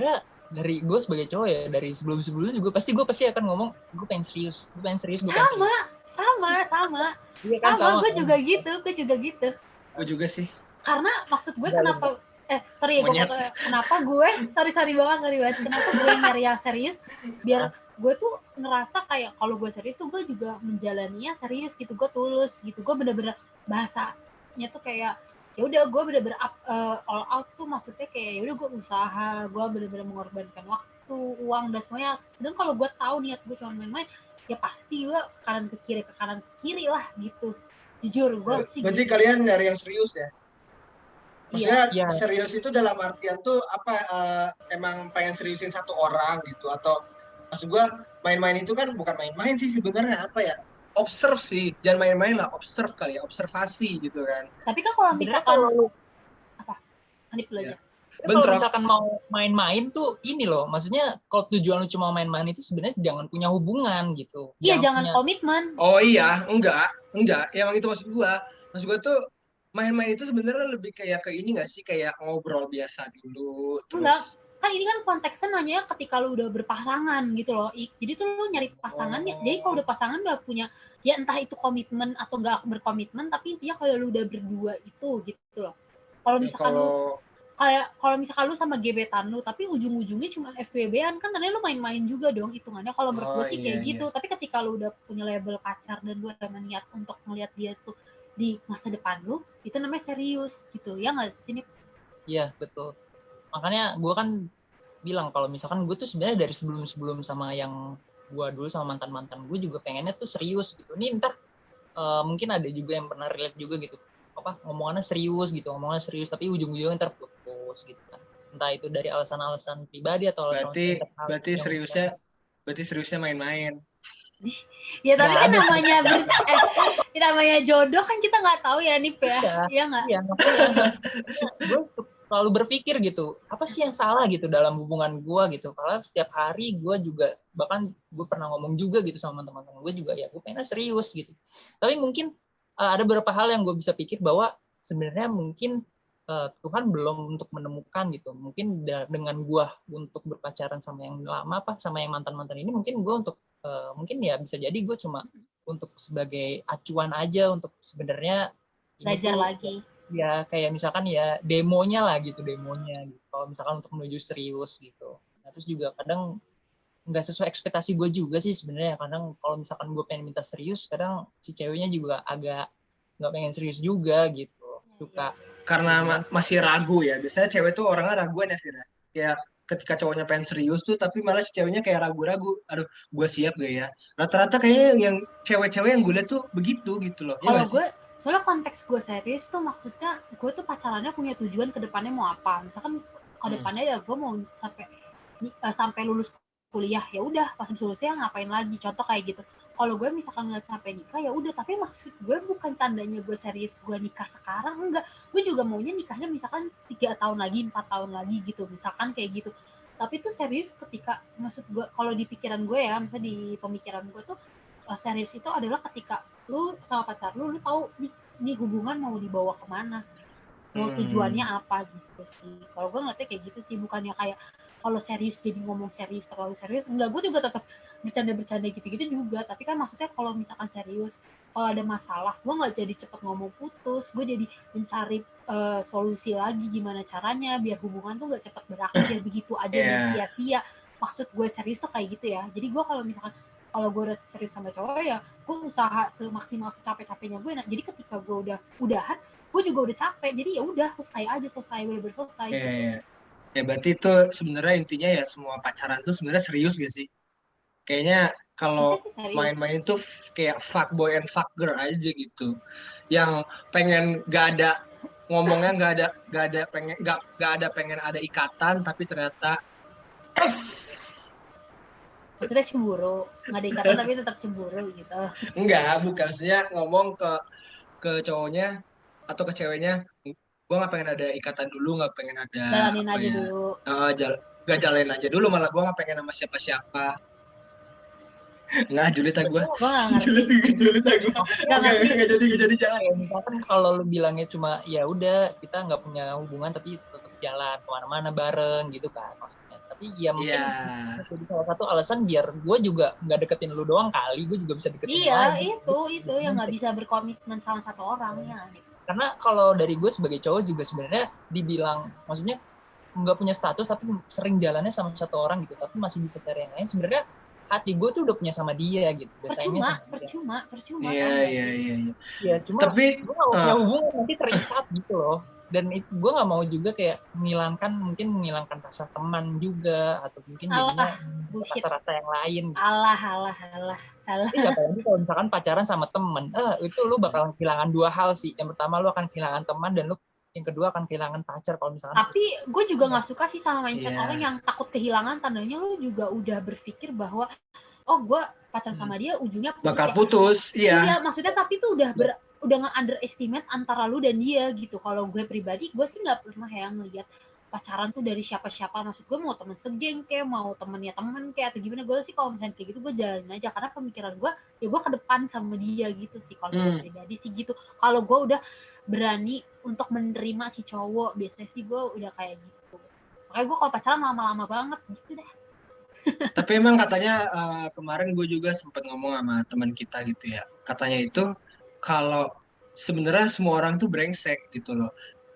dari gue sebagai cowok ya, dari sebelum-sebelumnya juga pasti gue pasti akan ngomong gue pengen serius, gue pengen serius, gue pengen serius. Sama, sama, sama. Iya kan, Sama, gue kan? juga gitu, gue juga gitu. Gue juga sih. Karena maksud gue Enggak, kenapa, eh sorry ya gue Monyet. kenapa gue, sorry sorry banget, sorry banget. Kenapa gue nyari yang serius, biar gue tuh ngerasa kayak kalau gue serius tuh gue juga menjalaninya serius gitu, gue tulus gitu, gue bener-bener bahasanya tuh kayak ya udah gue bener-bener up, uh, all out tuh maksudnya kayak ya udah gue usaha, gue bener-bener mengorbankan waktu, uang dan semuanya. Sedang kalau gue tahu niat gue cuma main-main, ya pasti gue ke kanan ke kiri ke kanan ke kiri lah gitu. Jujur gue sih. Berarti gitu. kalian nyari yang serius ya? Maksudnya Iya. serius itu dalam artian tuh apa uh, emang pengen seriusin satu orang gitu, atau maksud gue main-main itu kan bukan main-main sih sebenarnya, apa ya? Observe sih, jangan main-main lah, observe kali ya, observasi gitu kan. Tapi kan kalau Sebenarnya misalkan kalau apa? Hanif dulu aja. Ya. kalau Bentrok. misalkan mau main-main tuh ini loh, maksudnya kalau tujuan lu cuma main-main itu sebenarnya jangan punya hubungan gitu. Iya, jangan punya- komitmen. Oh iya, enggak, enggak. Ya, emang itu maksud gue. Maksud gue tuh main-main itu sebenarnya lebih kayak ke ini nggak sih, kayak ngobrol biasa dulu, terus. Enggak. Kan ini kan konteksnya nanya ketika lu udah berpasangan gitu loh. I- Jadi tuh lu nyari pasangannya. Oh. Jadi kalau udah pasangan udah punya, ya entah itu komitmen atau enggak berkomitmen, tapi intinya kalau lu udah berdua itu gitu loh. Kalau Ya, misalkan lu kalau kayak kalau misalkan lu sama gebetan lu tapi ujung-ujungnya cuma F W B-an, kan ternyata lu main-main juga dong hitungannya. Kalau menurut Oh, gue sih iya, kayak gitu. Tapi ketika lu udah punya label pacar dan lu ada niat untuk melihat dia tuh di masa depan lu, itu namanya serius gitu. Ya nggak sini? Iya, betul. Makanya gue kan bilang kalau misalkan gue tuh sebenarnya dari sebelum-sebelum sama yang gue dulu sama mantan-mantan gue juga pengennya tuh serius gitu. Nih ntar uh, mungkin ada juga yang pernah relate juga gitu. Apa ngomongannya serius gitu, ngomongannya serius tapi ujung-ujungnya ntar putus gitu kan. Entah itu dari alasan-alasan pribadi atau alasan berarti internal berarti yang- seriusnya berarti seriusnya main-main. Ya tapi Nggak kan ada. namanya ber, eh namanya jodoh kan kita nggak tahu ya Nip ya. Iya. Iya nggak? Iya, makanya gue selalu berpikir gitu, apa sih yang salah gitu dalam hubungan gue gitu. Karena setiap hari gue juga, bahkan gue pernah ngomong juga gitu sama teman-teman gue juga, ya gue pengen serius gitu. Tapi mungkin uh, ada beberapa hal yang gue bisa pikir bahwa sebenarnya mungkin uh, Tuhan belum untuk menemukan gitu. Mungkin da- dengan gue untuk berpacaran sama yang lama apa sama yang mantan-mantan ini, mungkin gue untuk uh, mungkin ya bisa jadi gue cuma untuk sebagai acuan aja untuk sebenarnya ini Belajar tuh, lagi. ya kayak misalkan ya demonya lah gitu, demonya gitu. Kalau misalkan untuk menuju serius gitu. Nah, terus juga kadang nggak sesuai ekspektasi gue juga sih sebenarnya. Kadang kalau misalkan gue pengen minta serius, kadang si ceweknya juga agak nggak pengen serius juga gitu, suka. Karena ma- masih ragu ya. Biasanya cewek tuh orangnya raguan ya, Vira. Kayak ketika cowoknya pengen serius tuh, tapi malah si ceweknya kayak ragu-ragu. Aduh, gue siap gak ya? Rata-rata kayaknya yang cewek-cewek yang gue liat tuh begitu gitu loh. Iya Kalau nggak sih? gue, soalnya konteks gue serius tuh maksudnya gue tuh pacarannya punya tujuan ke depannya mau apa. Misalkan ke Hmm. depannya ya gue mau sampai uh, sampai lulus kuliah, ya udah pas lulusnya ngapain lagi. Contoh kayak gitu. Kalau gue misalkan ngeliat sampai nikah ya udah, tapi maksud gue bukan tandanya gue serius gue nikah sekarang, enggak. Gue juga maunya nikahnya misalkan tiga tahun lagi, empat tahun lagi gitu, misalkan kayak gitu. Tapi tuh serius ketika, maksud gue kalau di pikiran gue ya, misalnya di pemikiran gue tuh uh, serius itu adalah ketika lu sama pacar lu, lu tahu nih, nih hubungan mau dibawa kemana, mau Hmm. tujuannya apa gitu sih. Kalau gue ngeliatnya kayak gitu sih, bukannya kayak kalau serius jadi ngomong serius terlalu serius. Enggak, gue juga tetap bercanda-bercanda gitu-gitu juga. Tapi kan maksudnya kalau misalkan serius, kalau ada masalah, gue nggak jadi cepet ngomong putus. Gue jadi mencari uh, solusi lagi gimana caranya biar hubungan tuh nggak cepet berakhir begitu aja dan Yeah. sia-sia. Maksud gue serius tuh kayak gitu ya. Jadi gue kalau misalkan kalau gue udah serius sama cowok ya, gue usaha semaksimal secapek-capeknya gue. Nah, jadi ketika gue udah udahan, gue juga udah capek. Jadi ya udah selesai aja, selesai bener-bener selesai. Iya, gitu. iya. Ya berarti itu sebenarnya intinya ya semua pacaran tuh sebenarnya serius gak sih? Kayaknya kalau Kita sih serius. main-main tuh f- kayak fuck boy and fuck girl aja gitu. Yang pengen gak ada ngomongnya gak ada gak ada pengen gak, gak ada pengen ada ikatan, tapi ternyata Maksudnya cemburu, nggak ada ikatan tapi tetap cemburu gitu. enggak, bukan, maksudnya ngomong ke ke cowoknya atau ke ceweknya, gue nggak pengen ada ikatan dulu, nggak pengen ada Jalanin apa aja ya, dulu. uh, jal- gak jalanin aja dulu, malah gue nggak pengen sama siapa-siapa. Nggak, julita gue. Gue nggak ngerti. Julita, julita gue. Nggak Nggak, ngerti. nggak jadi, nggak jadi, jangan. Kayak misalkan kalau lu bilangnya cuma ya udah kita nggak punya hubungan tapi tetap jalan kemana-mana bareng gitu kan maksudnya. Tapi ya mungkin Iya. jadi salah satu alasan biar gue juga nggak deketin lu doang kali, gue juga bisa deketin Iya, lagi. itu itu yang nggak bisa berkomitmen sama satu orang ya. Karena kalau dari gue sebagai cowok juga sebenarnya dibilang, maksudnya nggak punya status tapi sering jalannya sama satu orang gitu, tapi masih bisa cari yang lain. Sebenarnya hati gue tuh udah punya sama dia gitu. Percuma, sama dia. percuma, percuma. Iya, kan? iya, iya. Ya cuma Tapi gue gak punya uh, hubungan nanti terikat gitu loh. Dan itu gue nggak mau juga kayak menghilangkan mungkin menghilangkan rasa teman juga atau mungkin Alah, jadinya bullshit. rasa-rasa yang lain. Gitu. Alah, alah, alah, alah. Iya, apalagi kalau misalkan pacaran sama temen, eh itu lu bakalan kehilangan dua hal sih. Yang pertama lu akan kehilangan teman dan lu yang kedua akan kehilangan pacar kalau misalkan. Tapi gue juga nggak suka sih sama mindset Iya. orang yang takut kehilangan. Tandanya lu juga udah berpikir bahwa oh gue pacaran sama dia ujungnya putus bakal ya. putus, iya. Iya, maksudnya tapi tuh udah ber, udah nge-underestimate antara lu dan dia gitu. Kalau gue pribadi, gue sih nggak pernah ya ngeliat pacaran tuh dari siapa-siapa. Maksud gue mau temen segeng kayak, mau temennya temen kayak atau gimana. Gue sih kalau misalnya kayak gitu gue jalanin aja. Karena pemikiran gue, ya gue ke depan sama dia gitu sih. Kalau gue Hmm. pribadi sih gitu. Kalau gue udah berani untuk menerima si cowok, biasanya sih gue udah kayak gitu. Makanya gue kalau pacaran lama-lama banget gitu deh. Tapi emang katanya uh, kemarin gue juga sempat ngomong sama teman kita gitu ya. Katanya itu kalau sebenarnya semua orang tuh brengsek gitu loh.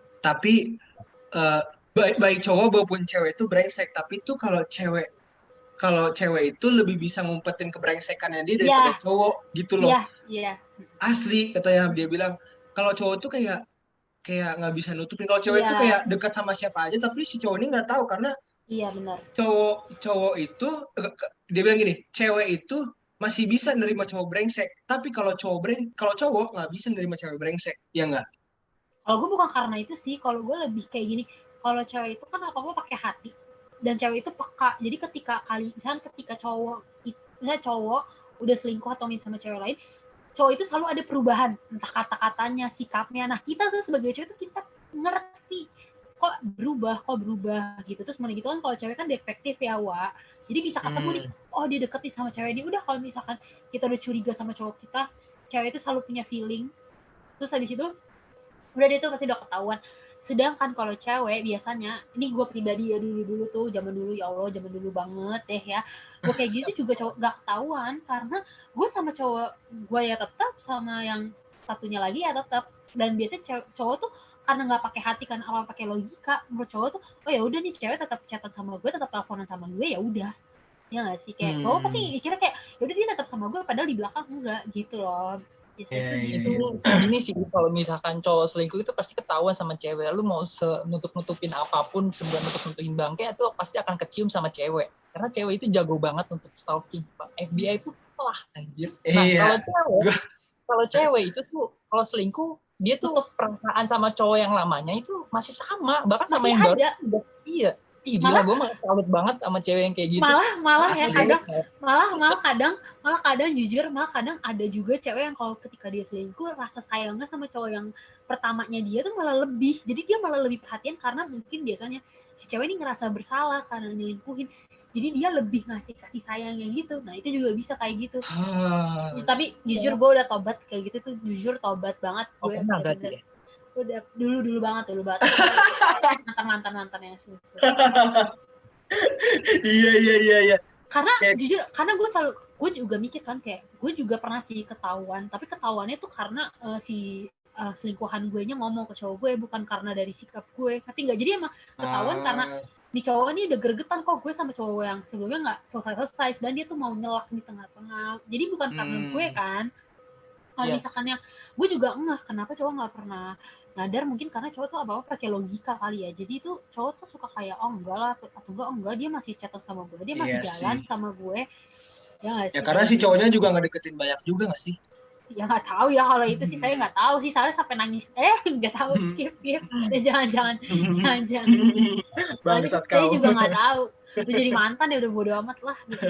Tapi uh, baik baik cowok maupun cewek itu brengsek. Tapi tuh kalau cewek kalau cewek itu lebih bisa ngumpetin kebrengsekannya dia daripada Iya. cowok gitu loh. Iya, iya. Asli katanya dia bilang kalau cowok tuh kayak kayak nggak bisa nutupin. Kalau cewek Iya. tuh kayak dekat sama siapa aja tapi si cowok ini nggak tahu karena Iya benar. cowok cowok itu dia bilang gini, cewek itu masih bisa nerima cowok brengsek, tapi kalau cowok breng kalau cowok nggak bisa nerima cewek brengsek, ya nggak? Kalau gue bukan karena itu sih, kalau gue lebih kayak gini, kalau cewek itu kan apa-apa pakai hati, dan cewek itu peka. Jadi ketika kali misalnya ketika cowok misalnya cowok udah selingkuh atau main sama cewek lain, cowok itu selalu ada perubahan, entah kata-katanya, sikapnya. Nah kita tuh sebagai cewek itu kita ngerti kok berubah, kok berubah gitu. Terus mana gitu kan kalau cewek kan detektif ya, Wak. Jadi bisa ketemu Hmm. nih, oh dia deket nih sama cewek ini. Udah kalau misalkan kita udah curiga sama cowok kita, cewek itu selalu punya feeling. Terus habis itu, udah dia tuh pasti udah ketahuan. Sedangkan kalau cewek biasanya, ini gue pribadi ya dulu-dulu tuh, zaman dulu ya Allah, zaman dulu banget deh ya. Gue kayak gitu juga cowok gak ketahuan, karena gue sama cowok gue ya tetap, sama yang satunya lagi ya tetap. Dan biasanya cewek, cowok tuh karena nggak pakai hati kan, awal pakai logika, menurut cowok tuh oh ya udah nih cewek tetap chatan sama gue, tetap teleponan sama gue, ya udah, ya nggak sih, kayak Hmm. cowok pasti kira kayak ya udah dia tetap sama gue padahal di belakang enggak gitu loh. Biasanya Iya, tuh iya, gitu. Itu gini sih, kalau misalkan cowok selingkuh itu pasti ketahuan sama cewek. Lu mau senutup-nutupin apapun, sebuah nutup-nutupin bangke, itu pasti akan kecium sama cewek. Karena cewek itu jago banget untuk stalking. F B I itu lah anjir. Nah, Iya. kalau cewek, kalau cewek itu tuh kalau selingkuh dia tuh perasaan sama cowok yang lamanya itu masih sama, bahkan sama Masih yang baru ada. udah iya. Ih, gila, Malah- gue malah salut banget sama cewek yang kayak gitu. Malah malah ya Asli. kadang malah malah kadang malah kadang jujur malah kadang ada juga cewek yang kalau ketika dia selingkuh rasa sayangnya sama cowok yang pertamanya dia tuh malah lebih, jadi dia malah lebih perhatian karena mungkin biasanya si cewek ini ngerasa bersalah karena nyelingkuhin, jadi dia lebih ngasih kasih sayangnya gitu. Nah itu juga bisa kayak gitu. Ah. Ya, tapi jujur gue udah tobat kayak gitu tuh, jujur tobat banget Oh, gue. pernah berarti bener-bener. ya? Udah dulu dulu banget dulu banget. mantan mantan mantan yang susu. Iya, iya, iya, iya. Karena Kayak- jujur, karena gue selalu gue juga mikir kan kayak gue juga pernah sih ketahuan, tapi ketahuannya tuh karena uh, si uh, selingkuhan gue nya ngomong ke cowok gue, bukan karena dari sikap gue. Ngerti nggak? Jadi emang ketahuan Ah. karena nih cowok ini udah gregetan kok gue sama cowok yang sebelumnya nggak selesai-selesai, dan dia tuh mau nyelak di tengah-tengah. Jadi bukan karena Hmm. gue kan. Kalau Iya. misalkan yang gue juga enggak, kenapa cowok nggak pernah nyadar, mungkin karena cowok tuh apa-apa pakai logika kali ya. Jadi itu cowok tuh suka kayak oh enggak lah, atau enggak oh enggak dia masih chatan sama gue, dia masih Iya jalan sih. sama gue. Ya nggak Ya sih? karena Kayak si gitu. cowoknya juga nggak deketin banyak juga nggak sih? Ya nggak tahu ya kalau itu sih, saya nggak tahu sih, saya sampai nangis. Eh nggak tahu, skip skip. Ya, jangan jangan jangan jangan. Bangsat Saya kau. juga nggak tahu. Udah jadi mantan ya udah bodo amat lah. Gitu.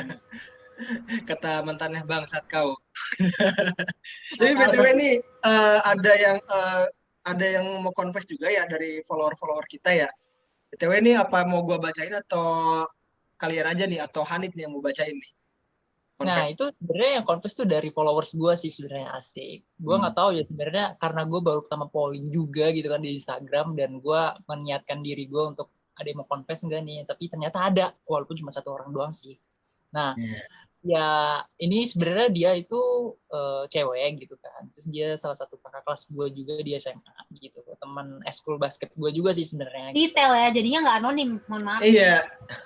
Kata mantannya bangsat kau. Tapi Nggak B T W tahu. nih eh, ada yang eh, ada yang mau confess juga ya dari follower-follower kita ya. B T W nih apa mau gua bacain atau kalian aja nih atau Hanif nih yang mau bacain nih? Nah itu sebenarnya yang confess tuh dari followers gue sih sebenarnya asik. Gue nggak Hmm. tahu ya sebenarnya karena gue baru pertama polling juga gitu kan di Instagram dan gue meniatkan diri gue untuk ada yang mau confess enggak nih, tapi ternyata ada walaupun cuma satu orang doang sih. Nah Yeah. ya ini sebenarnya dia itu uh, cewek gitu kan. Terus dia salah satu kakak kelas gue juga di S M A gitu, teman eskul basket gue juga sih sebenarnya. Detail ya, jadinya nggak anonim, mohon maaf. Iya.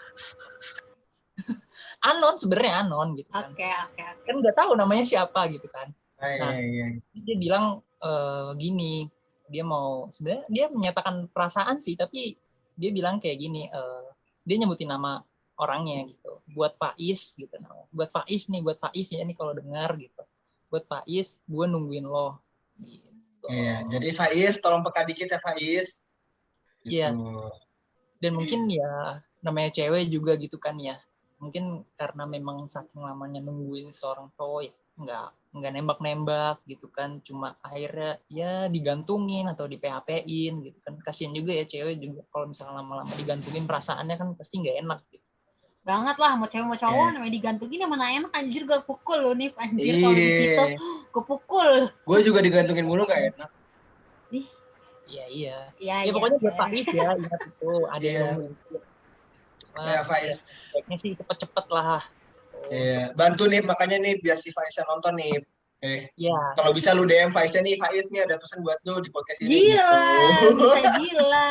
Anon sebenarnya anon gitu kan. Oke oke oke. Kan nggak tahu namanya siapa gitu kan. Nah, Iya, iya. dia bilang uh, gini, dia mau sebenarnya dia menyatakan perasaan sih, tapi dia bilang kayak gini, uh, dia nyebutin nama orangnya gitu, buat Faiz gitu, buat Faiz nih, buat Faiz ya nih kalau dengar gitu, buat Faiz, gue nungguin lo. Gitu. Iya, jadi Faiz, tolong peka dikit ya Faiz. Iya. Gitu. Dan mungkin ya namanya cewek juga gitu kan ya. Mungkin karena memang saking lamanya nungguin seorang cowok ya nggak nggak nembak-nembak gitu kan, cuma akhirnya ya digantungin atau di P H P-in gitu kan. Kasian juga ya cewek juga kalau misalnya lama-lama digantungin perasaannya kan pasti nggak enak gitu. Banget lah, mau cewek mau cowok yeah. namanya digantungin yang mana enak, anjir gue pukul lo nih anjir kalau di situ gue pukul. Gue juga digantungin mulu nggak enak. Ih. Iya iya. Ya, ya, ya pokoknya buat Faiz ya, ingat itu ada yeah. yang nungguin. Ya Faiz. Baiknya sih cepet-cepet lah. Iya, bantu nih makanya nih biar si Faiznya nonton nih. Eh, ya. Kalau bisa lu D M Faiznya nih, Faiz nih ada pesan buat lu di podcast ini. Gila, gitu. bisa gila.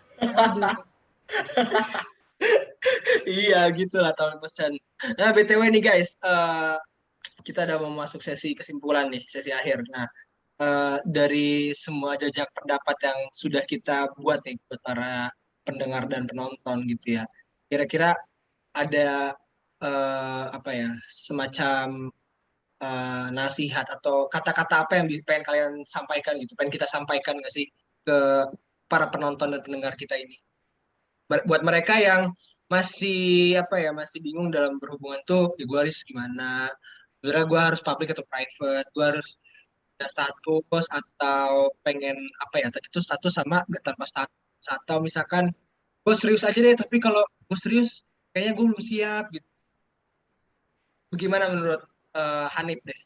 Iya, gitulah tahun pesan. Nah, B T W nih guys, uh, kita udah mau masuk sesi kesimpulan nih, sesi akhir. Nah, uh, dari semua jajak pendapat yang sudah kita buat nih buat para pendengar dan penonton gitu ya. Kira-kira ada uh, apa ya, semacam uh, nasihat atau kata-kata apa yang pengen kalian sampaikan gitu, pengen kita sampaikan nggak sih ke para penonton dan pendengar kita ini? Buat mereka yang masih apa ya, masih bingung dalam berhubungan tuh, ya gue harus gimana? Sebenarnya gue harus public atau private? Gue harus ada status atau pengen apa ya? Tadi itu status sama gak tanpa status, atau misalkan gue serius aja deh, tapi kalau gue serius kayaknya gue belum siap gitu. Bagaimana menurut uh, Hanif deh?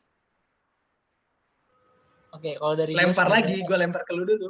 Oke, kalau dari lempar gue lagi, gue lempar ke lu dulu.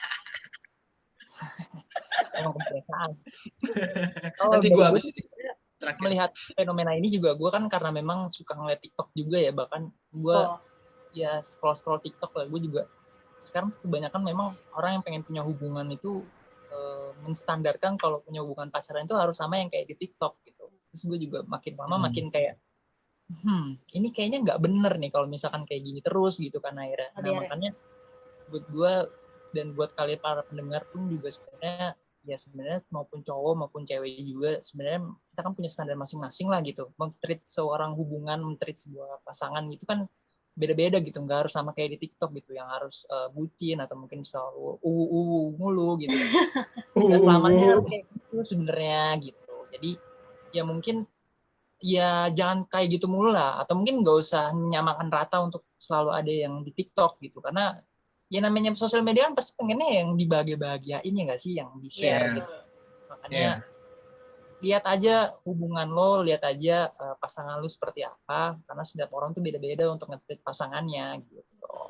Emang kebiasaan. Nanti gue habis ini. Melihat fenomena ini juga gue kan karena memang suka ngeliat TikTok juga ya, bahkan gue oh. ya scroll scroll TikTok lah, gue juga sekarang kebanyakan memang orang yang pengen punya hubungan itu e, menstandarkan kalau punya hubungan pacaran itu harus sama yang kayak di TikTok gitu. Terus gue juga makin lama hmm. makin kayak hmm ini kayaknya nggak bener nih kalau misalkan kayak gini terus gitu kan akhirnya. Nah yes. makanya buat gue dan buat kalian para pendengar pun juga sebenarnya ya sebenarnya maupun cowok maupun cewek juga sebenarnya kita kan punya standar masing-masing lah gitu. Men-treat seorang hubungan, men-treat sebuah pasangan gitu kan beda-beda gitu, nggak harus sama kayak di TikTok gitu yang harus uh, bucin atau mungkin selalu uwu uwu mulu gitu. Nggak selamanya kayak gitu sebenarnya gitu. Jadi ya mungkin ya jangan kayak gitu mulu lah, atau mungkin nggak usah menyamakan rata untuk selalu ada yang di TikTok gitu, karena ya namanya sosial media kan pasti pengennya yang dibahagia-bahagiain ya nggak sih, yang di-share yeah. gitu. Makanya yeah. lihat aja hubungan lo, lihat aja uh, pasangan lo seperti apa, karena setiap orang tuh beda-beda untuk nge-treat pasangannya gitu.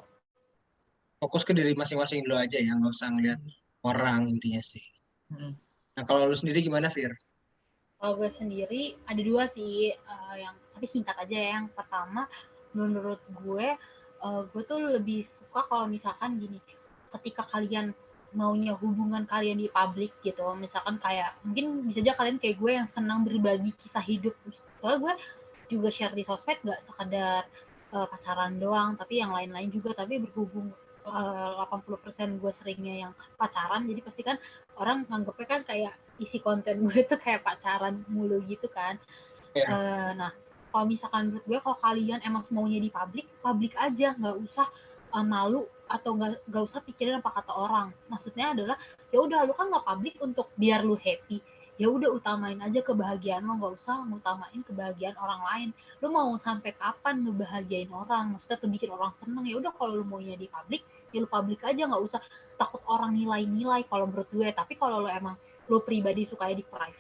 Fokus ke diri masing-masing dulu aja ya, nggak usah ngeliat hmm. orang intinya sih. Hmm. Nah kalau lo sendiri gimana, Fir? Kalau gue sendiri ada dua sih, uh, yang tapi singkat aja ya. Yang pertama, menurut gue Uh, gue tuh lebih suka kalau misalkan gini, ketika kalian maunya hubungan kalian di publik gitu, misalkan kayak mungkin bisa aja kalian kayak gue yang senang berbagi kisah hidup, soalnya gue juga share di sosmed gak sekedar uh, pacaran doang, tapi yang lain-lain juga, tapi berhubung uh, delapan puluh persen gue seringnya yang pacaran, jadi pasti kan orang nganggepnya kan kayak isi konten gue tuh kayak pacaran mulu gitu kan. Yeah. Uh, nah kalau misalkan menurut gue kalau kalian emang maunya di publik, publik aja, nggak usah uh, malu atau nggak nggak usah pikirin apa kata orang. Maksudnya adalah ya udah lu kan nggak publik untuk biar lu happy, ya udah utamain aja kebahagiaan lo, nggak usah ngutamain kebahagiaan orang lain. Lu mau sampai kapan ngebahagiain orang, maksudnya tuh bikin orang seneng, ya udah kalau lu maunya di publik, ya lu publik aja, nggak usah takut orang nilai-nilai kalau menurut gue. Tapi kalau lu emang lu pribadi sukanya di private,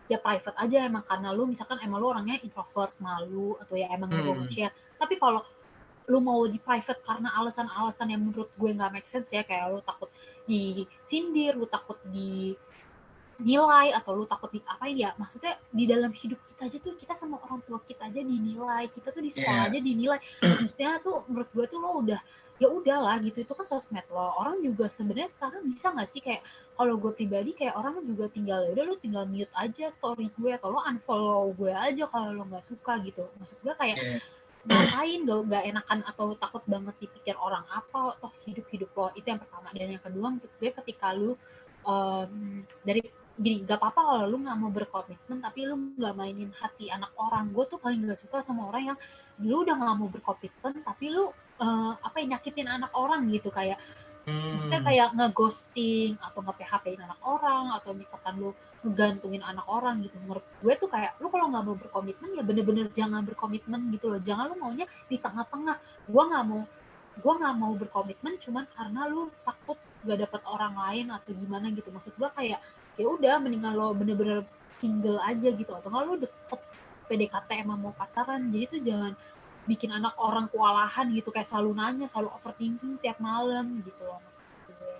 ya private aja emang karena lu misalkan emang lu orangnya introvert, malu atau ya emang nggak Hmm. mau share. Tapi kalau lu mau di private karena alasan-alasan yang menurut gue nggak make sense ya, kayak lu takut disindir, lu takut dinilai atau lu takut di apain ya, maksudnya di dalam hidup kita aja tuh kita sama orang tua kita aja dinilai, kita tuh di sekolah Iya. aja dinilai. Maksudnya tuh menurut gue tuh lo udah ya udahlah gitu, itu kan sosmed lo. Orang juga sebenarnya sekarang bisa nggak sih kayak kalau gue pribadi kayak orang juga tinggal ya udah lu tinggal mute aja story gue atau lo unfollow gue aja kalau lo nggak suka gitu. Maksud gue kayak Iya. ngapain gak, gak enakan atau takut banget dipikir orang apa toh hidup-hidup lo. Itu yang pertama. Dan yang kedua menurut gue ketika lu um, dari gini, gak apa-apa kalau lu gak mau berkomitmen tapi lu gak mainin hati anak orang. Gue tuh paling gak suka sama orang yang lu udah gak mau berkomitmen tapi lu uh, apa ya, nyakitin anak orang gitu, kayak maksudnya Hmm. kayak nge-ghosting atau nge-P H P-in anak orang atau misalkan lu ngegantungin anak orang gitu. Menurut gue tuh kayak lu kalau nggak mau berkomitmen ya bener-bener jangan berkomitmen gitu loh. Jangan lu maunya di tengah-tengah. Gue nggak mau gue nggak mau berkomitmen cuman karena lu takut gak dapet orang lain atau gimana gitu. Maksud gue kayak ya udah mendingan lo bener-bener single aja gitu, atau nggak lu deket P D K T emang mau pacaran. Jadi tuh jangan bikin anak orang kewalahan gitu, kayak selalu nanya, selalu overthinking tiap malam gitu loh. Maksud gue.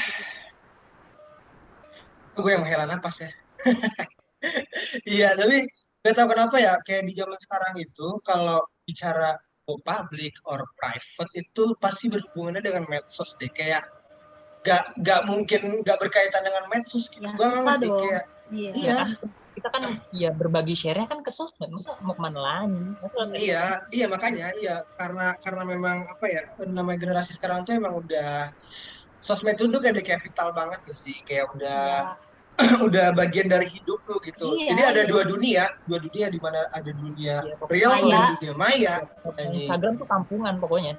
Gue yang menghela napas ya. Iya, tapi gak tahu kenapa ya, kayak di zaman sekarang itu kalau bicara mau public or private itu pasti berhubungannya dengan medsos deh. Kayak gak gak mungkin gak berkaitan dengan medsos gitu. Ya, Gue nggak susah ngerti dong. kayak Iya. iya, Kita kan ya berbagi share-nya kan ke sosmed, masa mau kemana lagi? Masa iya, iya makanya iya karena karena memang apa ya, namanya generasi sekarang tuh emang udah sosmed itu tuh kayak kayak vital banget tuh sih, kayak udah Iya. udah bagian dari hidup lo gitu. Iya, Jadi ada iya. dua dunia, dua dunia di mana ada dunia Ya, pokoknya real Maya. dan dunia maya. Instagram tuh kampungan pokoknya.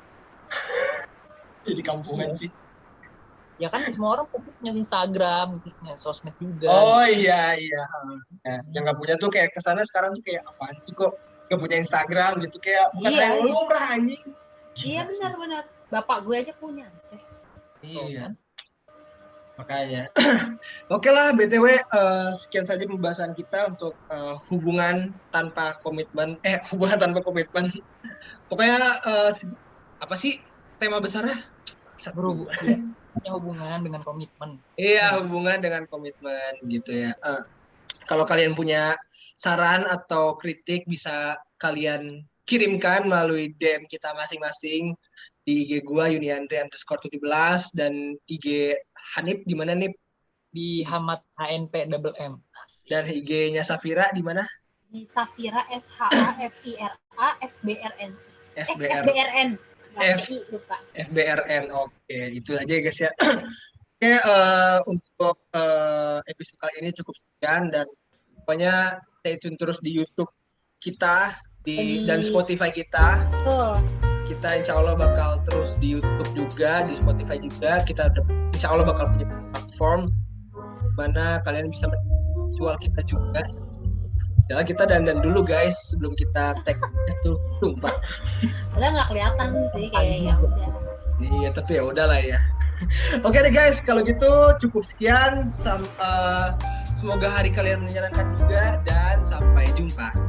Jadi kampungan sih. Ya kan semua orang punya Instagram, punya sosmed juga. Oh iya iya. Ya, yang nggak punya tuh kayak kesana sekarang tuh kayak apaan sih kok nggak punya Instagram gitu, kayak bukan Iya. hal yang lumrah anjing. Iya Gila sih. benar-benar. Bapak gue aja punya. Iya. Makanya. Oke lah, B T W eh, sekian saja pembahasan kita untuk eh, hubungan tanpa komitmen. Eh, hubungan tanpa komitmen. Pokoknya eh, si- apa sih tema besarnya? Berhubungan, ya, punya hubungan dengan komitmen. Iya, hubungan dengan komitmen gitu ya. Eh, kalau kalian punya saran atau kritik bisa kalian kirimkan melalui D M kita masing-masing di I G gua Yuniandre underscore tujuh belas dan I G Hanif di mana Nip, Di Hamat H N P double M. dan I G-nya Safira di mana? Di Safira S H A F I R A F B R N. Eh, F B R F B R N. Nggak F. I, lupa. F B R N. Oke, itu aja ya guys ya. Oke, eh, untuk eh, episode kali ini cukup sekian dan pokoknya stay tune terus di YouTube kita di Di- dan Spotify kita. Betul. Kita insya Allah bakal terus di YouTube juga, di Spotify juga. Kita udah- insya Allah bakal punya platform mana kalian bisa menikmati visual kita juga. Jangan kita dandan dulu guys sebelum kita tag itu tumpah. Padahal nggak kelihatan sih kayak ya udah. Iya, tapi ya udahlah ya. Oke deh guys, kalau gitu cukup sekian. Sam- eh, semoga hari kalian menyenangkan juga dan sampai jumpa.